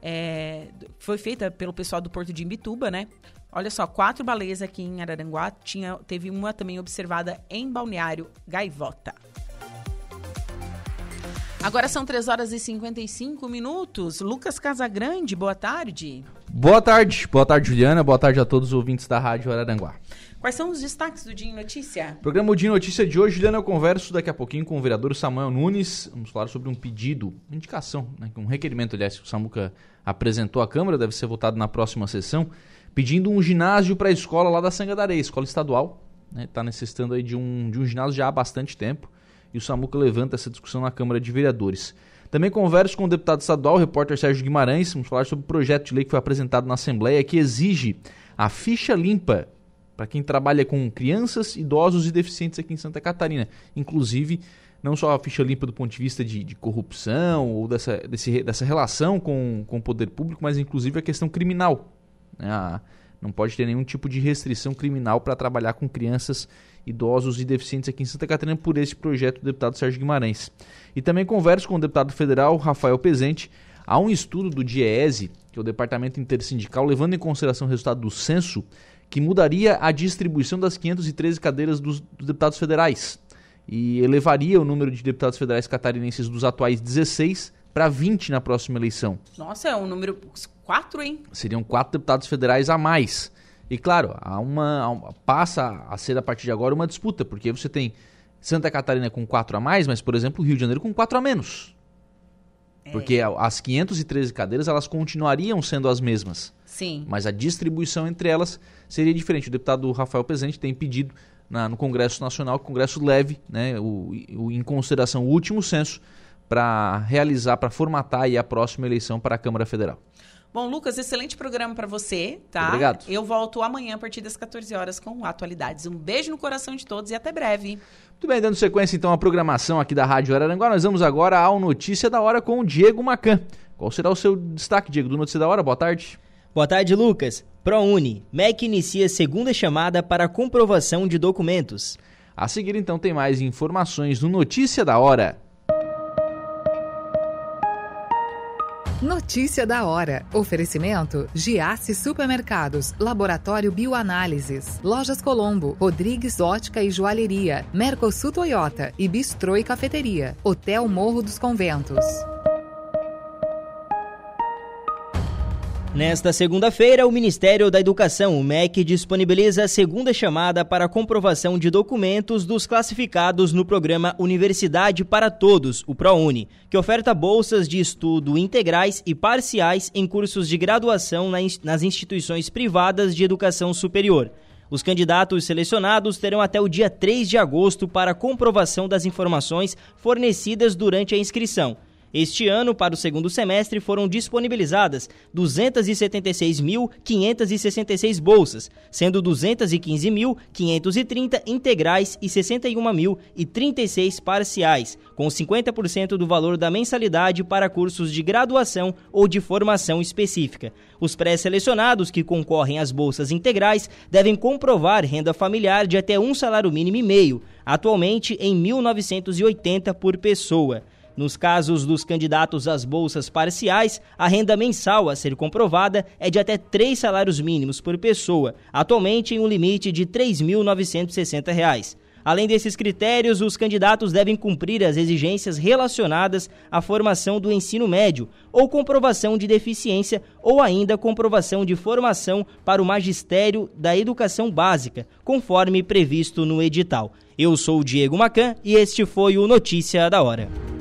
Speaker 2: Foi feita pelo pessoal do Porto de Imbituba, Olha só, 4 baleias aqui em Araranguá, teve uma também observada em Balneário Gaivota. Agora são 3h55. Lucas Casagrande, boa tarde.
Speaker 11: Boa tarde, Juliana, boa tarde a todos os ouvintes da Rádio Araranguá.
Speaker 2: Quais são os destaques do Dia em Notícia?
Speaker 11: Programa Dia em Notícia de hoje, Juliana, eu converso daqui a pouquinho com o vereador Samuel Nunes. Vamos falar sobre um pedido, uma indicação, um requerimento, aliás, que o Samuca apresentou à Câmara, deve ser votado na próxima sessão, pedindo um ginásio para a escola lá da Sanga da Areia, escola estadual, está necessitando aí de um ginásio já há bastante tempo, e o Samuca levanta essa discussão na Câmara de Vereadores. Também converso com o deputado estadual, o repórter Sérgio Guimarães, vamos falar sobre o projeto de lei que foi apresentado na Assembleia, que exige a ficha limpa para quem trabalha com crianças, idosos e deficientes aqui em Santa Catarina. Inclusive, não só a ficha limpa do ponto de vista de corrupção ou dessa relação com o poder público, mas inclusive a questão criminal. Não pode ter nenhum tipo de restrição criminal para trabalhar com crianças, idosos e deficientes aqui em Santa Catarina por esse projeto do deputado Sérgio Guimarães. E também converso com o deputado federal Rafael Pezente. Há um estudo do DIEESE, que é o Departamento Intersindical, levando em consideração o resultado do censo, que mudaria a distribuição das 513 cadeiras dos deputados federais e elevaria o número de deputados federais catarinenses dos atuais 16 para 20 na próxima eleição.
Speaker 2: Nossa, é um número 4, hein?
Speaker 11: Seriam 4 deputados federais a mais. E claro, passa a ser a partir de agora uma disputa, porque você tem Santa Catarina com 4 a mais, mas, por exemplo, o Rio de Janeiro com 4 a menos. Porque as 513 cadeiras, elas continuariam sendo as mesmas.
Speaker 2: Sim.
Speaker 11: Mas a distribuição entre elas seria diferente. O deputado Rafael Pezente tem pedido no Congresso Nacional que o Congresso leve, né, em consideração o último censo para realizar, para formatar aí a próxima eleição para a Câmara Federal.
Speaker 2: Bom, Lucas, excelente programa para você, tá?
Speaker 11: Obrigado.
Speaker 2: Eu volto amanhã a partir das 14 horas com atualidades. Um beijo no coração de todos e até breve.
Speaker 11: Muito bem, dando sequência então à programação aqui da Rádio Araranguá, nós vamos agora ao Notícia da Hora com o Diego Macan. Qual será o seu destaque, Diego, do Notícia da Hora? Boa tarde.
Speaker 6: Boa tarde, Lucas. ProUni. MEC inicia segunda chamada para comprovação de documentos.
Speaker 11: A seguir, então, tem mais informações no Notícia da Hora.
Speaker 4: Notícia da hora. Oferecimento: Giasse Supermercados, Laboratório Bioanálises, Lojas Colombo, Rodrigues Ótica e Joalheria, Mercosul Toyota e Bistrô e Cafeteria, Hotel Morro dos Conventos.
Speaker 6: Nesta segunda-feira, o Ministério da Educação, o MEC, disponibiliza a segunda chamada para comprovação de documentos dos classificados no programa Universidade para Todos, o ProUni, que oferta bolsas de estudo integrais e parciais em cursos de graduação nas instituições privadas de educação superior. Os candidatos selecionados terão até o dia 3 de agosto para comprovação das informações fornecidas durante a inscrição. Este ano, para o segundo semestre, foram disponibilizadas 276.566 bolsas, sendo 215.530 integrais e 61.036 parciais, com 50% do valor da mensalidade para cursos de graduação ou de formação específica. Os pré-selecionados que concorrem às bolsas integrais devem comprovar renda familiar de até um salário mínimo e meio, atualmente em R$ 1.980 por pessoa. Nos casos dos candidatos às bolsas parciais, a renda mensal a ser comprovada é de até 3 salários mínimos por pessoa, atualmente em um limite de R$ 3.960. Além desses critérios, os candidatos devem cumprir as exigências relacionadas à formação do ensino médio, ou comprovação de deficiência, ou ainda comprovação de formação para o magistério da educação básica, conforme previsto no edital. Eu sou o Diego Macan e este foi o Notícia da Hora.